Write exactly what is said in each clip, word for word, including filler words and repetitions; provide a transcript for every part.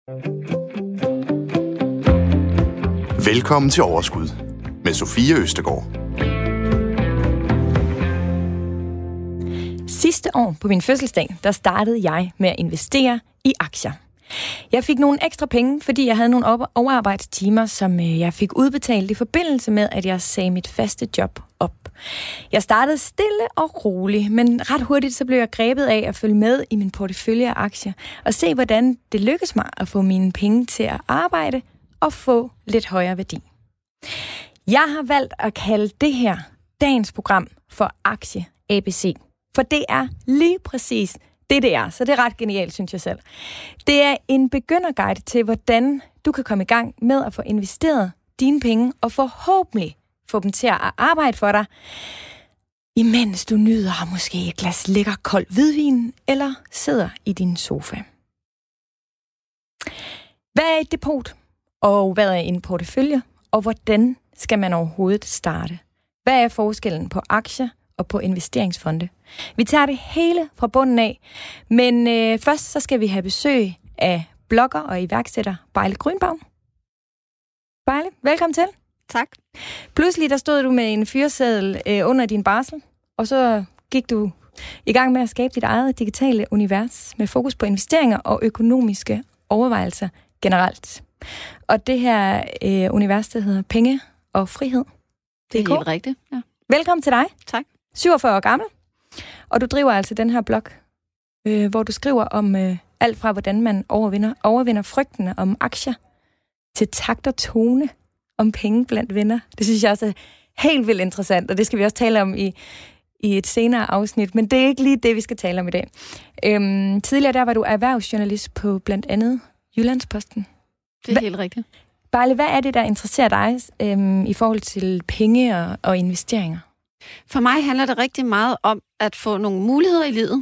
Velkommen til Overskud med Sofie Østergaard. Sidste år på min fødselsdag, der startede jeg med at investere i aktier. Jeg fik nogle ekstra penge, fordi jeg havde nogle overarbejdstimer, som jeg fik udbetalt i forbindelse med, at jeg sagde mit faste job op. Jeg startede stille og roligt, men ret hurtigt så blev jeg grebet af at følge med i min portefølje af aktier og se, hvordan det lykkedes mig at få mine penge til at arbejde og få lidt højere værdi. Jeg har valgt at kalde det her dagens program for Aktie A B C, for det er lige præcis det, det er. Så det er ret genialt, synes jeg selv. Det er en begynderguide til, hvordan du kan komme i gang med at få investeret dine penge og forhåbentlig få dem til at arbejde for dig, imens du nyder måske et glas lækker kold hvidvin eller sidder i din sofa. Hvad er et depot? Og hvad er en portefølje? Og hvordan skal man overhovedet starte? Hvad er forskellen på aktier og på investeringsfonde? Vi tager det hele fra bunden af, men øh, først så skal vi have besøg af blogger og iværksætter Bejle Grünbaum. Bejle, velkommen til. Tak. Pludselig der stod du med en fyreseddel øh, under din barsel, og så gik du i gang med at skabe dit eget digitale univers med fokus på investeringer og økonomiske overvejelser generelt. Og det her øh, univers, der hedder Penge og Frihed. Det er helt rigtigt, ja. Velkommen til dig. Tak. syvogfyrre år gammel, og du driver altså den her blog, øh, hvor du skriver om øh, alt fra, hvordan man overvinder, overvinder frygtene om aktier, til takt og tone om penge blandt venner. Det synes jeg også er helt vildt interessant, og det skal vi også tale om i, i et senere afsnit, men det er ikke lige det, vi skal tale om i dag. Øhm, tidligere der var du erhvervsjournalist på blandt andet Jyllandsposten. Det er Hva- helt rigtigt. Bejle, hvad er det, der interesserer dig øhm, i forhold til penge og, og investeringer? For mig handler det rigtig meget om at få nogle muligheder i livet.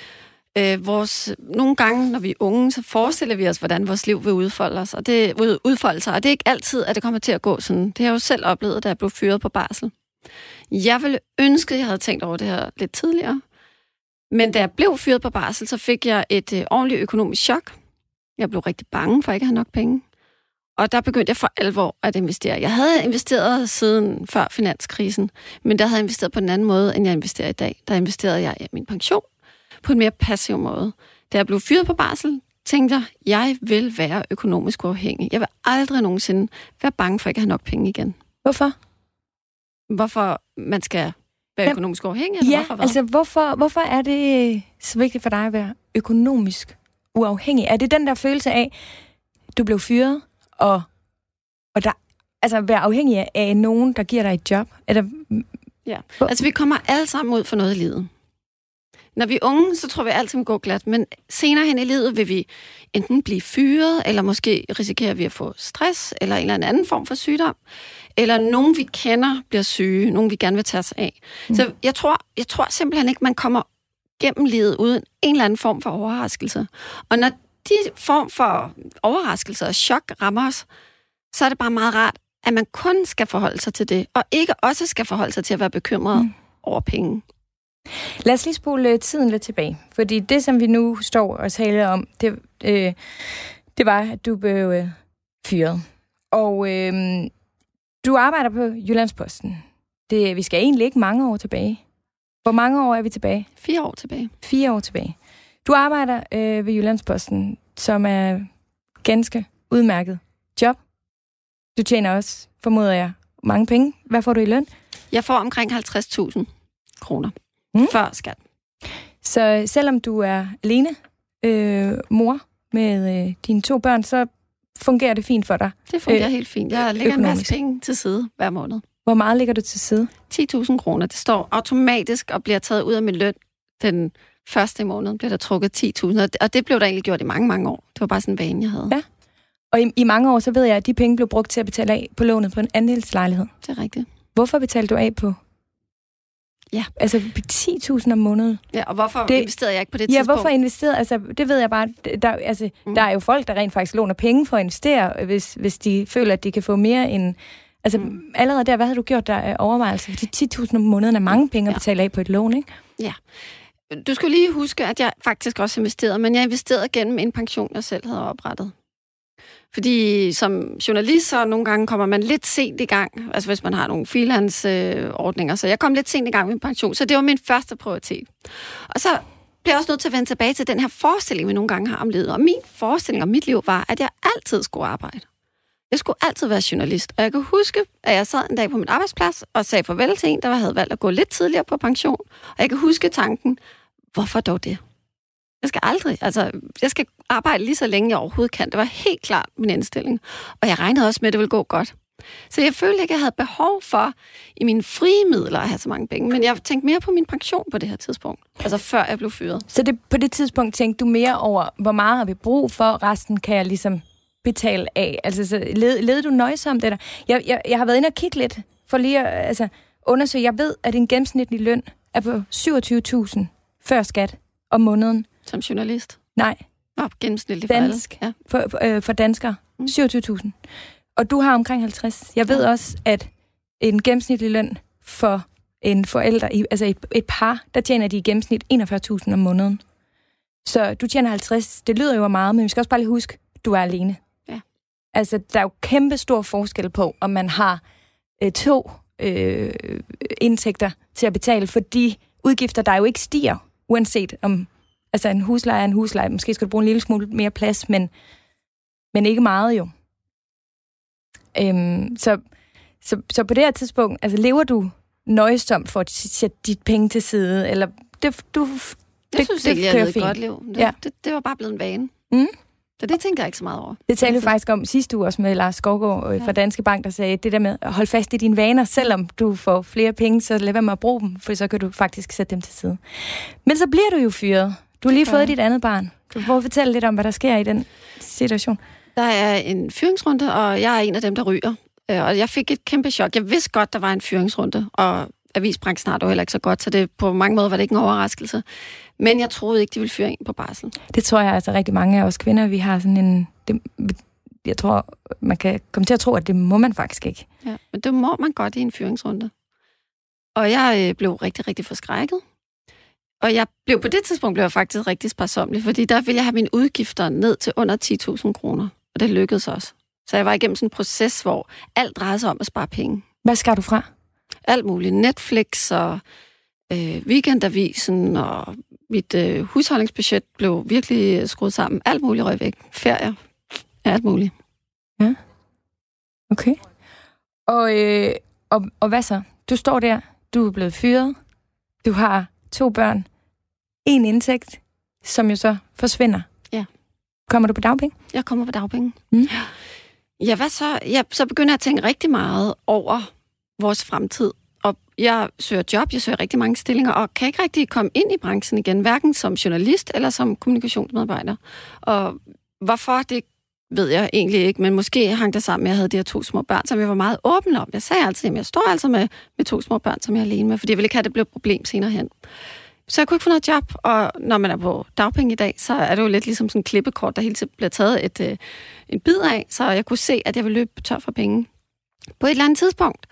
Øh, vores, nogle gange, når vi er unge, så forestiller vi os, hvordan vores liv vil udfolde, os, og det, vil udfolde sig. Og det er ikke altid, at det kommer til at gå sådan. Det har jeg jo selv oplevet, da jeg blev fyret på barsel. Jeg ville ønske, at jeg havde tænkt over det her lidt tidligere. Men da jeg blev fyret på barsel, så fik jeg et øh, ordentligt økonomisk chok. Jeg blev rigtig bange for ikke at have nok penge. Og der begyndte jeg for alvor at investere. Jeg havde investeret siden før finanskrisen, men der havde jeg investeret på en anden måde, end jeg investerer i dag. Der investerede jeg i min pension på en mere passiv måde. Da jeg blev fyret på barsel, tænkte jeg, jeg vil være økonomisk uafhængig. Jeg vil aldrig nogensinde være bange for ikke at have nok penge igen. Hvorfor? Hvorfor man skal være økonomisk uafhængig? Eller ja, hvorfor, hvad? altså hvorfor, hvorfor er det så vigtigt for dig at være økonomisk uafhængig? Er det den der følelse af, du blev fyret, og, og der, altså være afhængig af nogen, der giver dig et job? Eller, ja, altså vi kommer alle sammen ud for noget i livet. Når vi er unge, så tror vi altid, det går glat, men senere hen i livet vil vi enten blive fyret, eller måske risikerer vi at få stress, eller en eller anden form for sygdom, eller nogen, vi kender, bliver syge, nogen, vi gerne vil tage sig af. Mm. Så jeg tror, jeg tror simpelthen ikke, man kommer gennem livet uden en eller anden form for overraskelse. Og når de form for overraskelse og chok rammer os, så er det bare meget rart, at man kun skal forholde sig til det, og ikke også skal forholde sig til at være bekymret mm. over penge. Lad os lige spole tiden lidt tilbage, fordi det, som vi nu står og taler om, det, øh, det var, at du blev øh, fyret. Og øh, du arbejder på Jyllandsposten. Det, vi skal egentlig ikke mange år tilbage. Hvor mange år er vi tilbage? Fire år tilbage. Fire år tilbage. Du arbejder øh, ved Jyllandsposten, som er ganske udmærket job. Du tjener også, formoder jeg, mange penge. Hvad får du i løn? Jeg får omkring halvtreds tusind kroner mm. før skat. Så selvom du er alene øh, mor med øh, dine to børn, så fungerer det fint for dig? Det fungerer øh, helt fint. Jeg lægger økonomisk. en masse penge til side hver måned. Hvor meget lægger du til side? ti tusind kroner. Det står automatisk og bliver taget ud af min løn. Den første måned bliver der trukket ti tusind, og det blev der egentlig gjort i mange, mange år. Det var bare sådan en vane, jeg havde. Ja. Og i, i mange år, så ved jeg, at de penge blev brugt til at betale af på lånet på en andelslejlighed. Det er rigtigt. Hvorfor betalte du af på? Ja. Altså ti tusind om måneden. Ja, og hvorfor det, investerede jeg ikke på det ja, tidspunkt? Ja, hvorfor investerede? Altså, det ved jeg bare. Der, altså, mm. der er jo folk, der rent faktisk låner penge for at investere, hvis, hvis de føler, at de kan få mere end... Altså, mm. allerede der, hvad havde du gjort der af overvejelser? De ti tusind om måneden er mange penge at betale af på et lån, ikke? Ja. Du skal lige huske, at jeg faktisk også investerede, men jeg investerede gennem en pension, jeg selv havde oprettet. Fordi som journalist, så nogle gange kommer man lidt sent i gang, altså hvis man har nogle freelance-ordninger. Så jeg kom lidt sent i gang med min pension, så det var min første prioritet. Og så bliver jeg også nødt til at vende tilbage til den her forestilling, vi nogle gange har om livet. Og min forestilling om mit liv var, at jeg altid skulle arbejde. Jeg skulle altid være journalist. Og jeg kan huske, at jeg sad en dag på min arbejdsplads og sagde farvel til en, der havde valgt at gå lidt tidligere på pension. Og jeg kan huske tanken, hvorfor dog det? Jeg skal aldrig, altså, jeg skal arbejde lige så længe jeg overhovedet kan. Det var helt klart min indstilling. Og jeg regnede også med, at det ville gå godt. Så jeg følte ikke, at jeg havde behov for i mine frie midler at have så mange penge. Men jeg tænkte mere på min pension på det her tidspunkt. Altså før jeg blev fyret. Så det, på det tidspunkt tænkte du mere over, hvor meget har vi brug for, resten kan jeg ligesom betale af. Altså så led, led du nøjsomt det der? Jeg, jeg, jeg har været inde og kigge lidt for lige at altså, undersøge. Jeg ved, at en gennemsnitlig løn er på syvogtyve tusind før skat om måneden. Som journalist? Nej. Nå, gennemsnitlig for Dansk, alle. Ja. For, for, øh, for danskere. Mm. syvogtyve tusind. Og du har omkring halvtreds. Jeg ved også, at en gennemsnitlig løn for en forælder, altså et, et par, der tjener de i gennemsnit enogfyrre tusind om måneden. Så du tjener halvtreds. Det lyder jo meget, men vi skal også bare lige huske, du er alene. Ja. Altså, der er jo kæmpe stor forskel på, om man har øh, to øh, indtægter til at betale for de udgifter, der jo ikke stiger, uanset om altså en husleje er en husleje. Måske skal du bruge en lille smule mere plads, men, men ikke meget jo. Øhm, så, så, så på det her tidspunkt, altså lever du nøjsomt for at sætte dit penge til side, eller det, du, jeg det, synes det, ikke, jeg levede et godt liv. Det, ja. det, det var bare blevet en vane. Mm. Så det tænker jeg ikke så meget over. Det talte vi faktisk om sidste uge også med Lars Skovgaard ja. fra Danske Bank, der sagde, det der med at holde fast i dine vaner, selvom du får flere penge, så lad være med at bruge dem, for så kan du faktisk sætte dem til side. Men så bliver du jo fyret. Du har lige fået dit andet barn. Kan du prøve at fortælle lidt om, hvad der sker i den situation? Der er en fyringsrunde, og jeg er en af dem, der ryger. Og jeg fik et kæmpe chok. Jeg vidste godt, der var en fyringsrunde, og avisbranchen har det heller ikke så godt, så det, på mange måder var det ikke en overraskelse. Men jeg troede ikke, de ville fyre en på barsel. Det tror jeg altså rigtig mange af os kvinder, vi har sådan en... Det, jeg tror, man kan komme til at tro, at det må man faktisk ikke. Ja, men det må man godt i en fyringsrunde. Og jeg øh, blev rigtig, rigtig forskrækket. Og jeg blev på det tidspunkt blev jeg faktisk rigtig sparsomlig, fordi der ville jeg have mine udgifter ned til under ti tusind kroner. Og det lykkedes også. Så jeg var igennem sådan en proces, hvor alt drejede sig om at spare penge. Hvad skal du fra? Alt muligt. Netflix og øh, Weekendavisen og mit øh, husholdningsbudget blev virkelig skruet sammen. Alt muligt røg væk. Ferier. Alt muligt. Ja. Okay. Og, øh, og, og hvad så? Du står der. Du er blevet fyret. Du har to børn. En indtægt, som jo så forsvinder. Ja. Kommer du på dagpenge? Jeg kommer på dagpenge. Mm. Ja, hvad så? Ja, så begynder jeg at tænke rigtig meget over vores fremtid. Og jeg søger job, jeg søger rigtig mange stillinger, og kan ikke rigtig komme ind i branchen igen, hverken som journalist eller som kommunikationsmedarbejder. Og hvorfor, det ved jeg egentlig ikke, men måske hang det sammen med, at jeg havde de her to små børn, som jeg var meget åben om. Jeg sagde altid, at jeg står altså med, med to små børn, som jeg er alene med, fordi jeg ville ikke have, at det blev et problem senere hen. Så jeg kunne ikke få noget job, og når man er på dagpenge i dag, så er det jo lidt ligesom sådan en klippekort, der hele tiden bliver taget et, øh, en bid af, så jeg kunne se, at jeg ville løbe tør for penge. På et eller andet tidspunkt,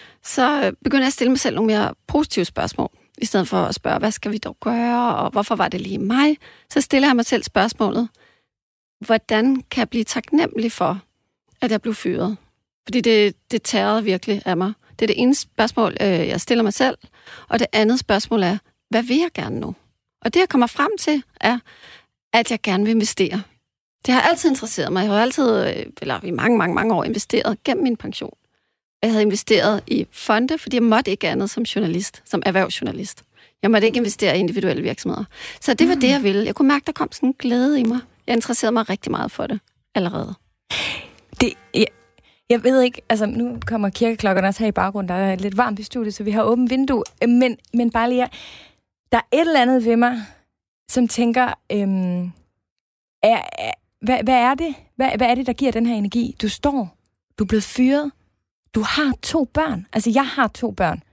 så begyndte jeg at stille mig selv nogle mere positive spørgsmål, i stedet for at spørge, hvad skal vi dog gøre, og hvorfor var det lige mig? Så stiller jeg mig selv spørgsmålet, hvordan kan jeg blive taknemmelig for, at jeg blev fyret? Fordi det, det tærrede virkelig af mig. Det er det ene spørgsmål, jeg stiller mig selv, og det andet spørgsmål er, hvad vil jeg gerne nu? Og det, jeg kommer frem til, er, at jeg gerne vil investere. Det har altid interesseret mig. Jeg har altid, eller i mange, mange, mange år, investeret gennem min pension. Jeg havde investeret i fonde, fordi jeg måtte ikke andet som journalist, som erhvervsjournalist. Jeg måtte ikke investere i individuelle virksomheder. Så det var det, jeg ville. Jeg kunne mærke, der kom sådan en glæde i mig. Jeg interesserede mig rigtig meget for det allerede. Det, jeg, jeg ved ikke, altså nu kommer kirkeklokkerne også her i baggrunden. Der er lidt varmt i studiet, så vi har åbent vindue. Men, men bare lige, der er et eller andet ved mig, som tænker, øhm, er, er, hvad, hvad er det? Hvad, hvad er det, der giver den her energi? Du står, du er blevet fyret, du har to børn. Altså, jeg har to børn,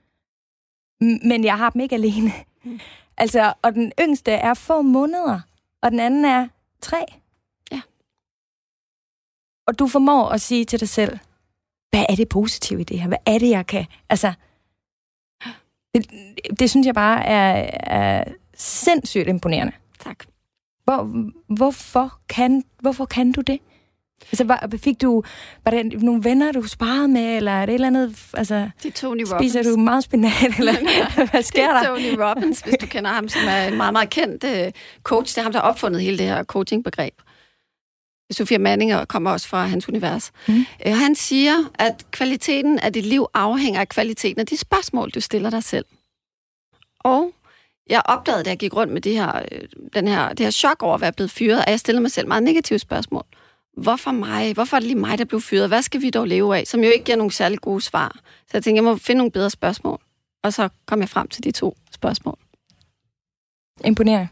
men jeg har dem ikke alene. Mm. Altså, og den yngste er få måneder, og den anden er tre. Ja. Og du formår at sige til dig selv, hvad er det positive i det her? Hvad er det, jeg kan? Altså, det, det synes jeg bare er, er sindssygt imponerende. Tak. Hvor, hvorfor, kan, hvorfor kan du det? Altså, var, fik du, var det nogle venner, du sparede med, eller er det et eller andet, altså... Det er Tony Robbins. Spiser du meget spinat, eller hvad sker der? Det er Tony Robbins, hvis du kender ham, som er en meget, meget kendt uh, coach. Det er ham, der har opfundet hele det her coaching-begreb. Sofia Manninger kommer også fra hans univers. Mm. Uh, han siger, at kvaliteten af dit liv afhænger af kvaliteten af de spørgsmål, du stiller dig selv. Og jeg opdagede, da jeg gik rundt med det her, den her, det her chok over at være blevet fyret, at jeg stillede mig selv meget negative spørgsmål. Hvorfor mig? Hvorfor er det lige mig, der blev fyret? Hvad skal vi dog leve af? Som jo ikke giver nogle særlig gode svar. Så jeg tænkte, jeg må finde nogle bedre spørgsmål. Og så kom jeg frem til de to spørgsmål. Imponerende.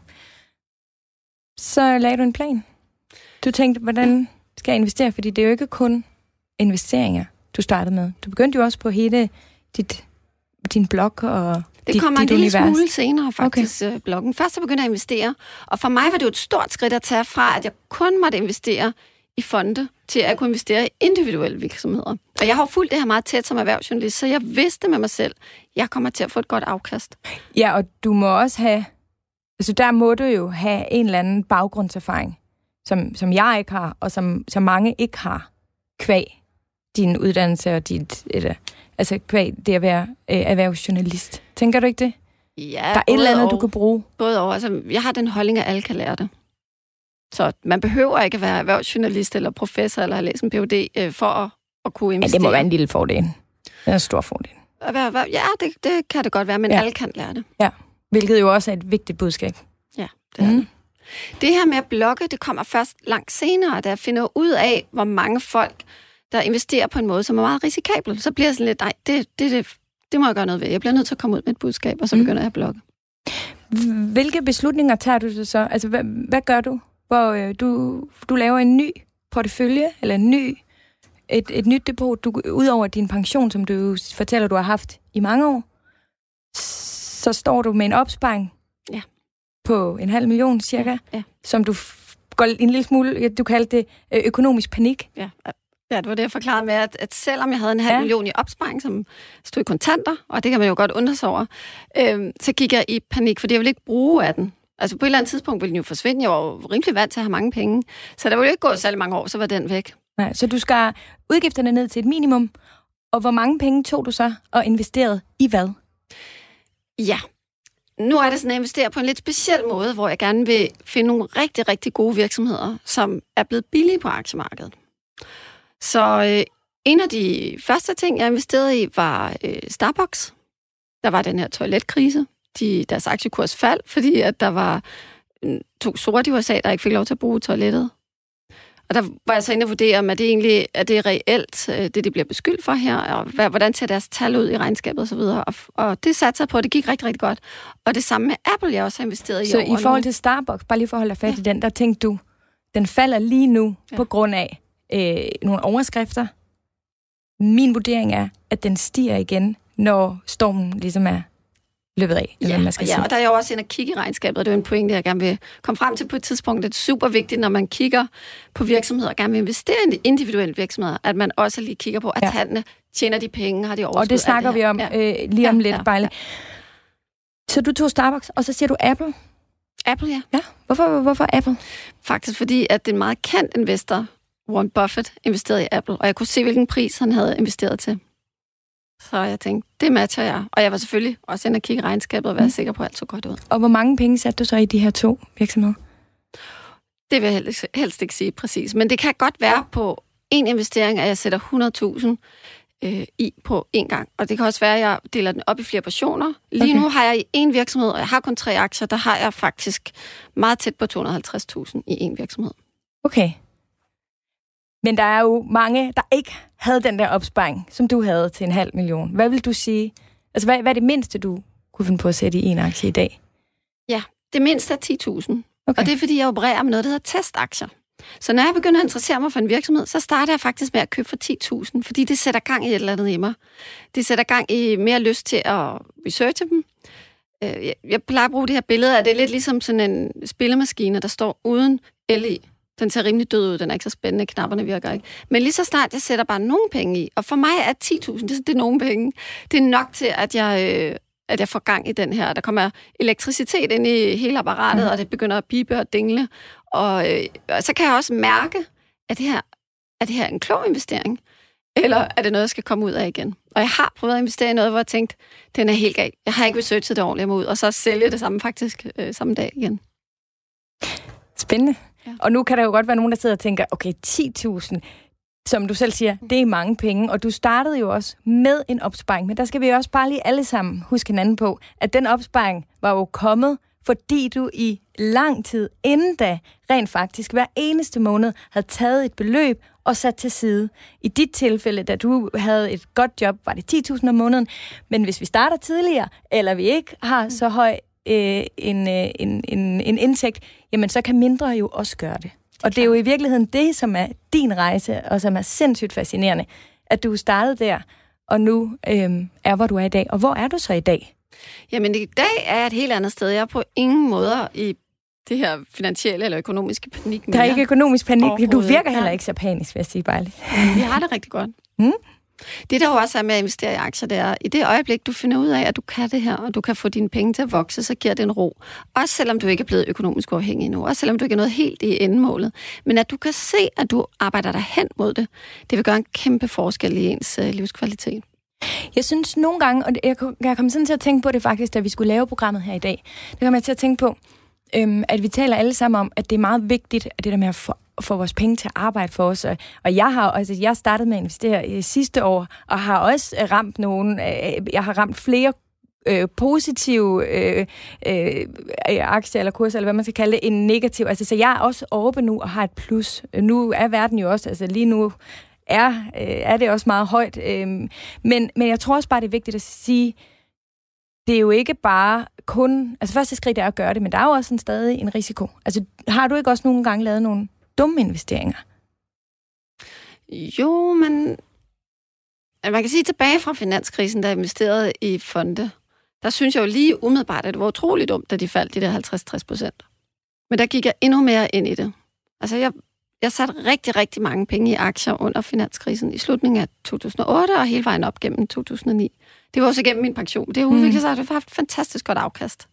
Så lagde du en plan. Du tænkte, hvordan skal jeg investere? Fordi det er jo ikke kun investeringer, du startede med. Du begyndte jo også på hele dit, din blog og det dit, kommer dit en lille univers. smule senere, faktisk, okay. bloggen. Først så begyndte jeg at investere. Og for mig var det jo et stort skridt at tage fra, at jeg kun måtte investere i fonde, til at kunne investere i individuelle virksomheder. Og jeg har jo fulgt det her meget tæt som erhvervsjournalist, så jeg vidste med mig selv, jeg kommer til at få et godt afkast. Ja, og du må også have, altså der må du jo have en eller anden baggrundserfaring, som, som jeg ikke har, og som, som mange ikke har, kvæg din uddannelse og dit, eller, altså kvæg det at være øh, erhvervsjournalist. Tænker du ikke det? Ja, der er et eller andet, og, du kan bruge. Både over. Altså, jeg har den holdning, at alle kan lære det. Så man behøver ikke at være erhvervsjournalist eller professor eller have læst en P H D øh, for at, at kunne investere. Ja, det må være en lille fordel. Det er en stor fordel. Ja, det, det kan det godt være, men ja. alle kan lære det. Ja, hvilket jo også er et vigtigt budskab. Ja, det er mm. det. Det her med at blogge, det kommer først langt senere, da jeg finder ud af, hvor mange folk, der investerer på en måde, som er meget risikabel. Så bliver jeg sådan lidt, nej, det, det, det, det må jeg gøre noget ved. Jeg bliver nødt til at komme ud med et budskab, og så begynder mm. jeg at blogge. Hvilke beslutninger tager du så? Altså, hvad, hvad gør du? Hvor øh, du, du laver en ny portefølje, eller en ny, et, et nyt depot, du, ud over din pension, som du fortæller, du har haft i mange år, så står du med en opsparing ja. på en halv million cirka, ja. Ja. som du f- går en lille smule, du kaldte det økonomisk panik. Ja. Ja, det var det, jeg forklarede med, at, at selvom jeg havde en halv ja. million i opsparing, som stod i kontanter, og det kan man jo godt undre sig over, øh, så gik jeg i panik, fordi jeg ville ikke bruge af den. Altså på et eller andet tidspunkt ville den jo forsvinde. Jeg var jo rimelig vant til at have mange penge. Så der ville jo ikke gå særlig mange år, så var den væk. Nej, så du skal udgifterne ned til et minimum. Og hvor mange penge tog du så og investerede i hvad? Ja, nu er det sådan at investere på en lidt speciel måde, hvor jeg gerne vil finde nogle rigtig, rigtig gode virksomheder, som er blevet billige på aktiemarkedet. Så øh, en af de første ting, jeg investerede i, var øh, Starbucks. Der var den her toiletkrise. De, deres aktiekurs faldt, fordi at der var to sorte i U S A, der ikke fik lov til at bruge toilettet. Og der var jeg så inde og vurdere, om at det egentlig er det reelt, det de bliver beskyldt for her, og hvordan ser deres tal ud i regnskabet osv. Og, og det satte sig på, og det gik rigtig, rigtig godt. Og det samme med Apple, jeg også har investeret i. Så i forhold til Starbucks, bare lige for at holde fat i ja. den, der tænkte du, den falder lige nu ja. på grund af øh, nogle overskrifter. Min vurdering er, at den stiger igen, når stormen ligesom er løbet af. Ja, man skal og, ja, og der er jo også en at kigge i regnskabet, og det er en pointe, jeg gerne vil komme frem til på et tidspunkt. Det er super vigtigt, når man kigger på virksomheder, og gerne vil investere i individuelle virksomheder, at man også lige kigger på, at ja. tallene tjener de penge, har de overskud. Og det snakker det vi om ja. øh, lige om ja, lidt, ja, Bejle. Ja. Så du tog Starbucks, og så siger du Apple? Apple, ja. Ja, hvorfor, hvorfor Apple? Faktisk fordi, at det er en meget kendt investor, Warren Buffett, investerede i Apple, og jeg kunne se, hvilken pris han havde investeret til. Så jeg tænkte, det matcher jeg. Og jeg var selvfølgelig også inde og kigge i regnskabet og være mm. sikker på, at alt så godt ud. Og hvor mange penge satte du så i de her to virksomheder? Det vil jeg helst, helst ikke sige præcis. Men det kan godt være på en investering, at jeg sætter hundrede tusind øh, i på en gang. Og det kan også være, at jeg deler den op i flere portioner. Lige okay. nu har jeg i en virksomhed, og jeg har kun tre aktier, der har jeg faktisk meget tæt på to hundrede og halvtreds tusind i en virksomhed. Okay. Men der er jo mange, der ikke havde den der opsparing, som du havde til en halv million. Hvad vil du sige? Altså, hvad, hvad er det mindste, du kunne finde på at sætte i en aktie i dag? Ja, det mindste er ti tusind. Okay. Og det er, fordi jeg opererer med noget, der hedder testaktier. Så når jeg begynder at interessere mig for en virksomhed, så starter jeg faktisk med at købe for ti tusind, fordi det sætter gang i et eller andet i mig. Det sætter gang i mere lyst til at researche dem. Jeg plejer at bruge det her billede, at det er lidt ligesom sådan en spillemaskine, der står uden el i. Den ser rimelig død ud, den er ikke så spændende, knapperne virker ikke. Men lige så snart, jeg sætter bare nogle penge i, og for mig er ti tusind, det, det er nogle penge. Det er nok til, at jeg, øh, at jeg får gang i den her. Der kommer elektricitet ind i hele apparatet, mm. og det begynder at pipe og dingle. Og, øh, og så kan jeg også mærke, at det her er det her en klog investering? Eller er det noget, jeg skal komme ud af igen? Og jeg har prøvet at investere i noget, hvor jeg tænkte, den er helt galt. Jeg har ikke researchet det ordentligt, jeg må ud, og så sælge det samme faktisk øh, samme dag igen. Spændende. Ja. Og nu kan der jo godt være nogen, der sidder og tænker, okay, ti tusind, som du selv siger, det er mange penge, og du startede jo også med en opsparing, men der skal vi jo også bare lige alle sammen huske hinanden på, at den opsparing var jo kommet, fordi du i lang tid inden da rent faktisk hver eneste måned havde taget et beløb og sat til side. I dit tilfælde, da du havde et godt job, var det ti tusind om måneden, men hvis vi starter tidligere, eller vi ikke har så høj øh, en, øh, en, en, en indtægt, jamen så kan mindre jo også gøre det. Og det er jo i virkeligheden det, som er din rejse, og som er sindssygt fascinerende, at du startede der, og nu øh, er, hvor du er i dag. Og hvor er du så i dag? Jamen i dag er jeg et helt andet sted. Jeg er på ingen måder i det her finansielle eller økonomiske panik mere. Der er ikke økonomisk panik. Du virker heller ikke så panisk, vil jeg sige bare lige. Vi har det rigtig godt. Hmm? Det, der jo også er med at investere i aktier, det er, i det øjeblik, du finder ud af, at du kan det her, og du kan få dine penge til at vokse, så giver det en ro. Også selvom du ikke er blevet økonomisk uafhængig endnu, også selvom du ikke er noget helt i endemålet. Men at du kan se, at du arbejder dig hen mod det, det vil gøre en kæmpe forskel i ens øh, livskvalitet. Jeg synes nogle gange, og jeg, jeg kom sådan til at tænke på det faktisk, da vi skulle lave programmet her i dag, det kom jeg til at tænke på, øhm, at vi taler alle sammen om, at det er meget vigtigt, at det der med at få, få vores penge til at arbejde for os. Og, og jeg har altså, jeg startede med at investere øh, sidste år, og har også ramt nogen, øh, jeg har ramt flere øh, positive øh, øh, aktier eller kurser, eller hvad man skal kalde det, end negativ. Altså, så jeg er også oppe nu og har et plus. Nu er verden jo også, altså lige nu, Er, øh, er det også meget højt. Øh, men, men jeg tror også bare, det er vigtigt at sige, det er jo ikke bare kun... Altså første skridt er at gøre det, men der er jo også en, stadig en risiko. Altså har du ikke også nogle gange lavet nogle dumme investeringer? Jo, men... Man kan sige, tilbage fra finanskrisen, der investerede i fonde, der synes jeg jo lige umiddelbart, at det var utroligt dumt, da de faldt de der halvtreds til tres procent. Men der gik jeg endnu mere ind i det. Altså jeg... Jeg satte rigtig, rigtig mange penge i aktier under finanskrisen i slutningen af to tusind og otte og hele vejen op gennem to tusind og ni. Det var også gennem min pension. Det har udviklet sig, og det har haft et fantastisk godt afkast.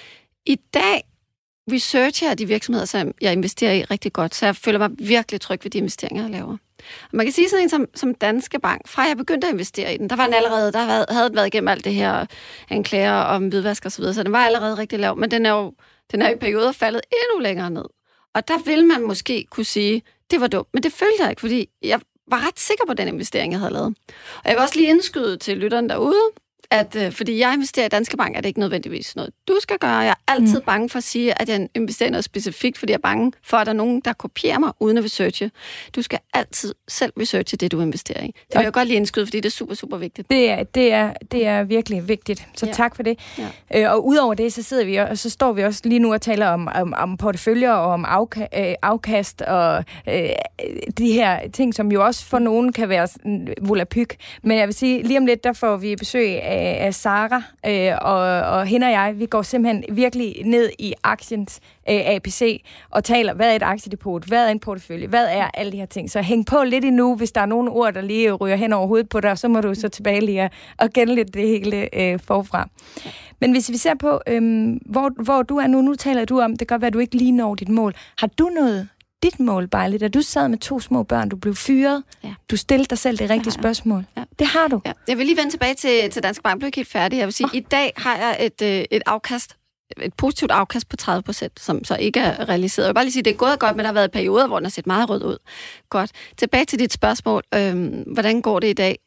I dag researcher jeg de virksomheder, som jeg investerer i rigtig godt, så jeg føler mig virkelig tryg ved de investeringer, jeg laver. Og man kan sige sådan en som, som Danske Bank, fra jeg begyndte at investere i den, der var den allerede, der havde, havde været igennem alt det her anklager om hvidvask og så videre, så den var allerede rigtig lav, men den er jo den er i perioder faldet endnu længere ned. Og der vil man måske kunne sige, det var dumt, men det følte jeg ikke, fordi jeg var ret sikker på den investering, jeg havde lavet. Og jeg vil også lige indskyde til lytteren derude, at øh, fordi jeg investerer i Danske Bank, er det ikke nødvendigvis noget, du skal gøre. Jeg er altid mm. bange for at sige, at jeg investerer noget specifikt, fordi jeg er bange for, at der er nogen, der kopierer mig uden at researche. Du skal altid selv researche det, du investerer i. Det vil jeg godt lige indskyde, fordi det er super, super vigtigt. Det er, det er, det er virkelig vigtigt, så ja. Tak for det. Ja. Øh, og udover det, så sidder vi og så står vi også lige nu og taler om, om, om porteføljer og om afka- øh, afkast og øh, de her ting, som jo også for nogen kan være volapyk. Men jeg vil sige, lige om lidt, der får vi besøg af af Sara, øh, og, og hende og jeg, vi går simpelthen virkelig ned i aktiens øh, A B C og taler, hvad er et aktiedepot, hvad er en portefølje, hvad er alle de her ting. Så hæng på lidt endnu, hvis der er nogle ord, der lige ryger hen over hovedet på dig, så må du så tilbage lige og genlede det hele øh, forfra. Men hvis vi ser på, øh, hvor, hvor du er nu, nu taler du om, det kan godt være, at du ikke lige når dit mål. Har du noget dit mål, Barley, da du sad med to små børn, du blev fyret, ja. Du stillede dig selv det rigtige spørgsmål. Ja. Det har du. Ja. Jeg vil lige vende tilbage til, til Danske Bank, jeg blev ikke helt færdig. Jeg vil sige, oh. i dag har jeg et, et afkast, et positivt afkast på tredive procent, som så ikke er realiseret. Jeg vil bare lige sige, det er gået godt, men der har været perioder, hvor den har set meget rød ud. Godt. Tilbage til dit spørgsmål. Øhm, hvordan går det i dag?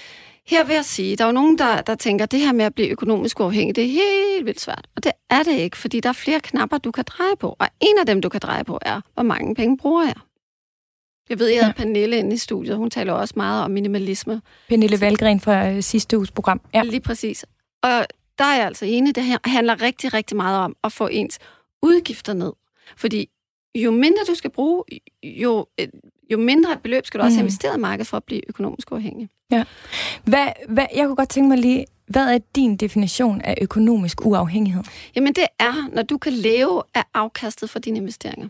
Her vil jeg sige, der er jo nogen, der, der tænker, at det her med at blive økonomisk uafhængig, det er helt vildt svært. Og det er det ikke, fordi der er flere knapper, du kan dreje på. Og en af dem, du kan dreje på, er, hvor mange penge bruger jeg? Jeg ved, jeg havde ja. Pernille inde i studiet. Hun taler også meget om minimalisme. Pernille Valgren fra sidste uges program. Ja. Lige præcis. Og der er jeg altså enig. Det her handler rigtig, rigtig meget om at få ens udgifter ned. Fordi jo mindre du skal bruge, jo, jo mindre et beløb skal du også mm. investere i markedet for at blive økonomisk uafhængig. Ja. Hvad, hvad, jeg kunne godt tænke mig lige, hvad er din definition af økonomisk uafhængighed? Jamen det er, når du kan leve af afkastet for dine investeringer.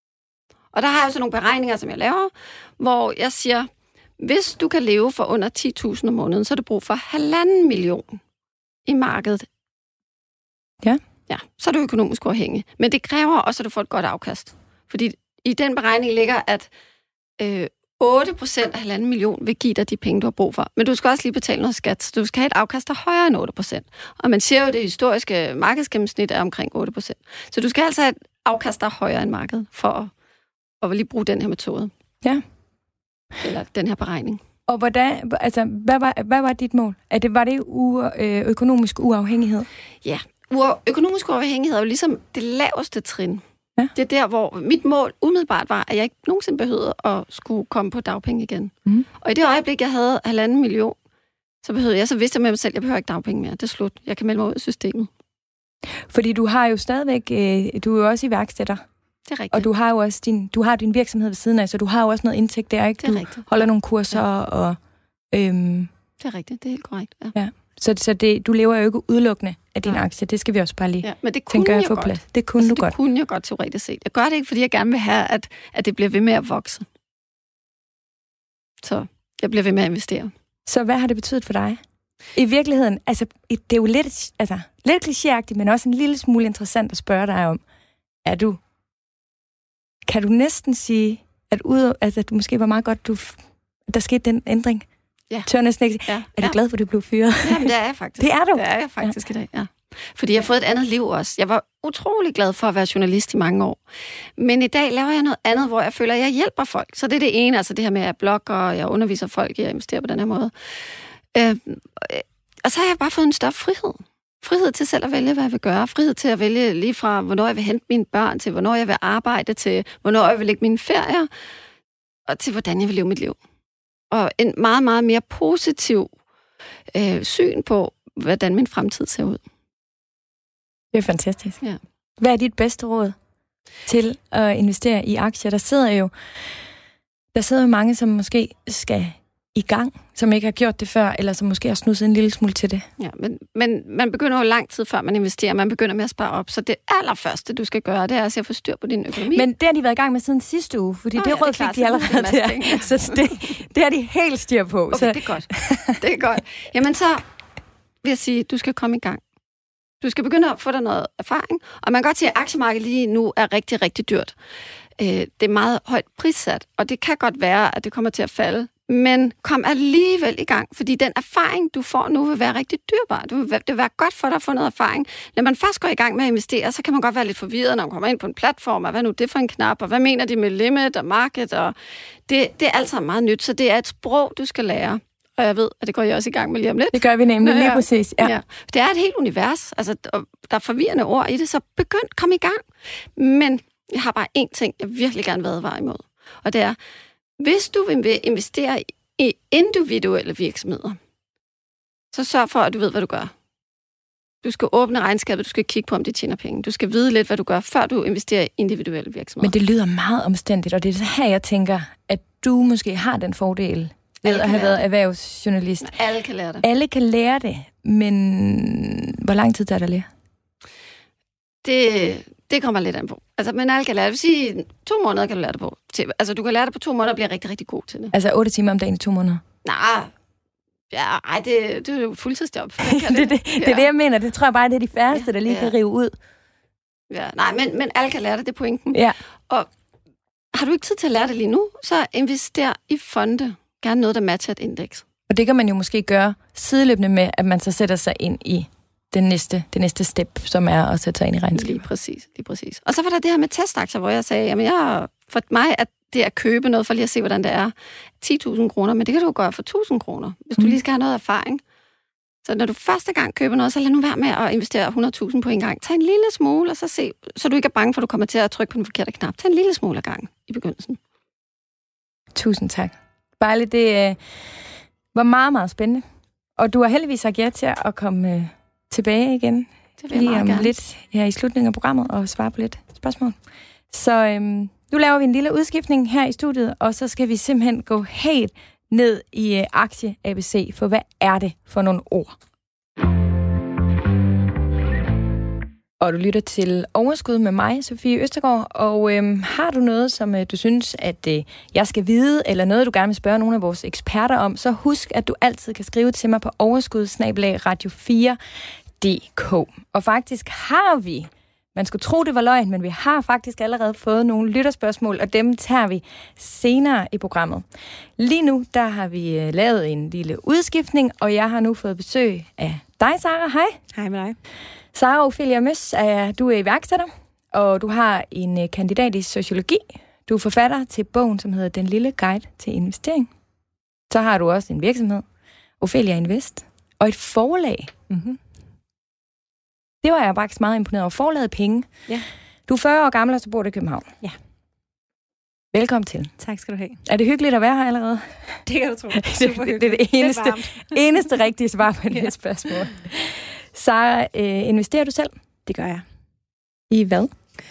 Og der har jeg så nogle beregninger, som jeg laver, hvor jeg siger, hvis du kan leve for under ti tusind om måneden, så er du brug for halvanden million i markedet. Ja. Ja, så er du økonomisk uafhængig. Men det kræver også, at du får et godt afkast. Fordi i den beregning ligger, at øh, otte procent af halvanden million vil give dig de penge, du har brug for. Men du skal også lige betale noget skat, så du skal have et afkast, der er højere end otte procent. Og man siger jo, at det historiske markedsgennemsnit er omkring otte procent. Så du skal altså have et afkast, der er højere end markedet, for at, at lige bruge den her metode. Ja. Eller den her beregning. Og hvordan, altså, hvad, var, hvad var dit mål? Er det, var det u, øh, økonomisk uafhængighed? Ja, U- økonomisk uafhængighed er jo ligesom det laveste trin. Ja. Det er der, hvor mit mål umiddelbart var, at jeg ikke nogensinde behøvede at skulle komme på dagpenge igen. Mm. Og i det øjeblik, jeg havde halvanden million, så behøvede jeg, så vidste jeg med mig selv, at jeg behøver ikke dagpenge mere. Det er slut. Jeg kan melde mig ud af systemet. Fordi du har jo stadigvæk, øh, du er jo også iværksætter. Det er rigtigt. Og du har jo også din, du har din virksomhed ved siden af, så du har jo også noget indtægt der, ikke? Det er Du rigtigt. holder nogle kurser, Ja. og... Øhm, Det er rigtigt. Det er helt korrekt. Ja. ja. Så, så det, du lever jo ikke udelukkende af din Nej. aktie. Det skal vi også bare lige Ja, men det kunne tænke jeg at få godt. plads. Det kunne altså, du det godt. Det kunne jeg godt teoretisk set. Jeg gør det ikke, fordi jeg gerne vil have, at, at det bliver ved med at vokse. Så jeg bliver ved med at investere. Så hvad har det betydet for dig? I virkeligheden, altså, det er jo lidt, altså, lidt klichéagtigt, men også en lille smule interessant at spørge dig om. Er du, kan du næsten sige, at, ud, altså, at det måske var meget godt, du, der skete den ændring? Ja. Tør næsten ikke. Ja. Er du ja. glad for, at du blev fyret? Jamen, det er jeg faktisk. Det er du? Det er jeg faktisk ja. i dag, ja. Fordi jeg har fået et andet liv også. Jeg var utrolig glad for at være journalist i mange år. Men i dag laver jeg noget andet, hvor jeg føler, at jeg hjælper folk. Så det er det ene, altså det her med, at jeg blogger, og jeg underviser folk, jeg investerer på den her måde. Øh, og så har jeg bare fået en større frihed. Frihed til selv at vælge, hvad jeg vil gøre. Frihed til at vælge lige fra, hvornår jeg vil hente mine børn, til hvornår jeg vil arbejde, til hvornår jeg vil lægge mine ferier, og til hvordan jeg vil leve mit liv. Og en meget, meget mere positiv øh, syn på, hvordan min fremtid ser ud. Det er fantastisk. Ja. Hvad er dit bedste råd til at investere i aktier? Der sidder jo, der sidder jo mange, som måske skal i gang, som ikke har gjort det før, eller som måske har snusset en lille smule til det. Ja, men, men man begynder jo lang tid før man investerer. Man begynder med at spare op. Så det allerførste, du skal gøre, det er at få styr på din økonomi. Men det har de været i gang med siden sidste uge, fordi Nå, det ja, råd det er fik klart, de så allerede det er en der. masse Så det, det har de helt styr på. Okay, så. det er godt. Det er godt. Jamen så vil jeg sige, at du skal komme i gang. Du skal begynde at få dig noget erfaring. Og man kan godt sige, at aktiemarkedet lige nu er rigtig, rigtig dyrt. Det er meget højt prissat, og det kan godt være, at det kommer til at falde. Men kom alligevel i gang, fordi den erfaring, du får nu, vil være rigtig dyrbar. Det vil, være, det vil være godt for dig at få noget erfaring. Når man først går i gang med at investere, så kan man godt være lidt forvirret, når man kommer ind på en platform, og hvad nu det for en knap, og hvad mener de med limit og market, og det, det er alt sammen meget nyt, så det er et sprog, du skal lære. Og jeg ved, at det går jeg også i gang med lige om lidt. Det gør vi nemlig Nå, lige ja. præcis. Ja. Ja. Det er et helt univers, altså der er forvirrende ord i det, så begynd, kom i gang. Men jeg har bare én ting, jeg virkelig gerne vil advare imod, og det er, hvis du vil investere i individuelle virksomheder, så sørg for, at du ved, hvad du gør. Du skal åbne regnskabet, du skal kigge på, om det tjener penge. Du skal vide lidt, hvad du gør, før du investerer i individuelle virksomheder. Men det lyder meget omstændigt, og det er så her, jeg tænker, at du måske har den fordel ved at have været erhvervsjournalist. Alle kan lære det. Alle kan lære det, men hvor lang tid tager det at lære? Det, det kommer lidt an på. Altså, men alle kan lære det. Jeg vil sige, to måneder kan du lære det på. Altså, du kan lære det på to måneder og blive rigtig, rigtig god til det. Altså otte timer om dagen i to måneder? Nej, ja, ej, det, det er jo et fuldtidsjob. det, det, det, det er det, jeg mener. Det tror jeg bare, det er de færreste, ja, der lige ja. kan rive ud. Ja, nej, men, men alle kan lære det, det er pointen. Ja. Og har du ikke tid til at lære det lige nu, så invester i fonde. Gerne noget, der matcher et indeks. Og det kan man jo måske gøre sideløbende med, at man så sætter sig ind i den næste, det næste step, som er at sætte sig ind i regnskabet. Lige præcis, lige præcis. Og så var der det her med testaktier, hvor jeg sagde, jamen jeg, for mig er det at købe noget, for lige at se, hvordan det er, ti tusind kroner, men det kan du gøre for tusind kroner, hvis du mm. lige skal have noget erfaring. Så når du første gang køber noget, så lad nu være med at investere hundrede tusind på en gang. Tag en lille smule, og så se, så du ikke er bange for, at du kommer til at trykke på den forkerte knap. Tag en lille smule af gang i begyndelsen. Tusind tak. Barley, det øh, var meget, meget spændende. Og du har heldigvis sagt ja til at komme øh, tilbage igen. Det vil jeg meget om gerne. lidt her i slutningen af programmet og svare på lidt spørgsmål. Så øhm, nu laver vi en lille udskiftning her i studiet, og så skal vi simpelthen gå helt ned i øh, aktie-A B C, for hvad er det for nogle ord? Og du lytter til Overskud med mig, Sofie Østergaard, og øhm, har du noget, som øh, du synes, at øh, jeg skal vide, eller noget, du gerne vil spørge nogle af vores eksperter om, så husk, at du altid kan skrive til mig på overskud snabel-a radio fire punktum d k. Og faktisk har vi Man skulle tro, det var løgn, men vi har faktisk allerede fået nogle lytterspørgsmål, og dem tager vi senere i programmet. Lige nu, der har vi lavet en lille udskiftning, og jeg har nu fået besøg af dig, Sara. Hej. Hej med dig. Sara Ophelia Møs, er, du er iværksætter, og du har en kandidat i sociologi. Du er forfatter til bogen, som hedder Den lille guide til investering. Så har du også en virksomhed, Ophelia Invest, og et forlag. Mm-hmm. Det var jeg faktisk meget imponeret over. Forlaget penge. Ja. Du er fyrre år gammel, og så bor du i København. Ja. Velkommen til. Tak skal du have. Er det hyggeligt at være her allerede? Det kan du tro. Super det, det er det eneste, eneste rigtige svar på det ja. spørgsmål. Sara, øh, investerer du selv? Det gør jeg. I hvad?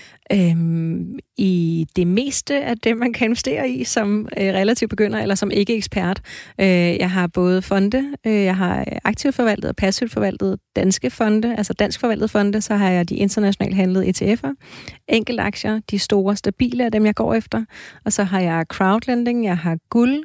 Øhm, I det meste af det, man kan investere i som øh, relativt begynder, eller som ikke ekspert. Øh, jeg har både fonde, øh, jeg har aktivt forvaltet og passivt forvaltet danske fonde, altså dansk forvaltet fonde, så har jeg de internationalt handlede E T F'er, enkeltaktier, de store, stabile af dem, jeg går efter, og så har jeg crowdlending, jeg har guld,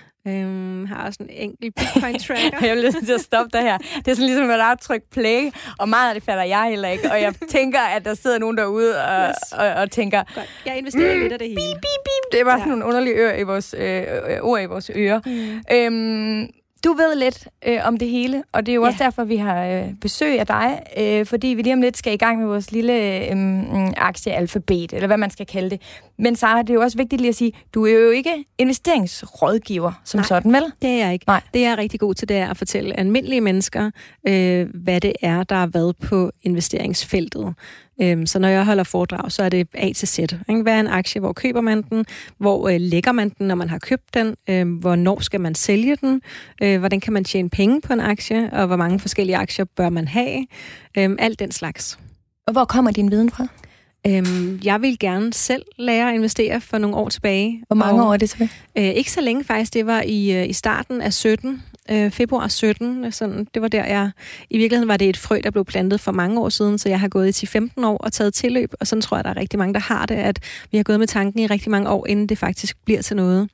Øhm, har også en enkelt Bitcoin-tracker. Jeg bliver nødt til at stoppe dig her. Det er sådan ligesom, at der er tryk play, og meget af det falder jeg heller ikke. Og jeg tænker, at der sidder nogen derude og, yes. og, og tænker... Godt. Jeg investerer mm, lidt af det hele. Bip, bip, bip. Det var sådan ja. nogle underlige ør i vores, øh, ord i vores ører. Mm. Øhm, du ved lidt øh, om det hele, og det er jo ja. også derfor, vi har øh, besøg af dig, øh, fordi vi lige om lidt skal i gang med vores lille øh, aktiealfabet, eller hvad man skal kalde det. Men Sara, det er jo også vigtigt lige at sige, du er jo ikke investeringsrådgiver som Nej, sådan, vel? det er jeg ikke. Nej. Det jeg er rigtig god til, det er at fortælle almindelige mennesker, øh, hvad det er, der er været på investeringsfeltet. Så når jeg holder foredrag, så er det A til Z. Hvad er en aktie? Hvor køber man den? Hvor øh, lægger man den, når man har købt den? Øh, hvornår skal man sælge den? Øh, hvordan kan man tjene penge på en aktie? Og hvor mange forskellige aktier bør man have? Øh, alt den slags. Og hvor kommer din viden fra? Øhm, jeg vil gerne selv lære at investere for nogle år tilbage. Hvor mange og, år er det så? Øh, ikke så længe faktisk. Det var i, øh, i starten af sytten. Øh, februar sytten. Sådan, det var der, jeg... I virkeligheden var det et frø, der blev plantet for mange år siden, så jeg har gået i ti femten år og taget tilløb, og sådan tror jeg, der er rigtig mange, der har det, at vi har gået med tanken i rigtig mange år, inden det faktisk bliver til noget.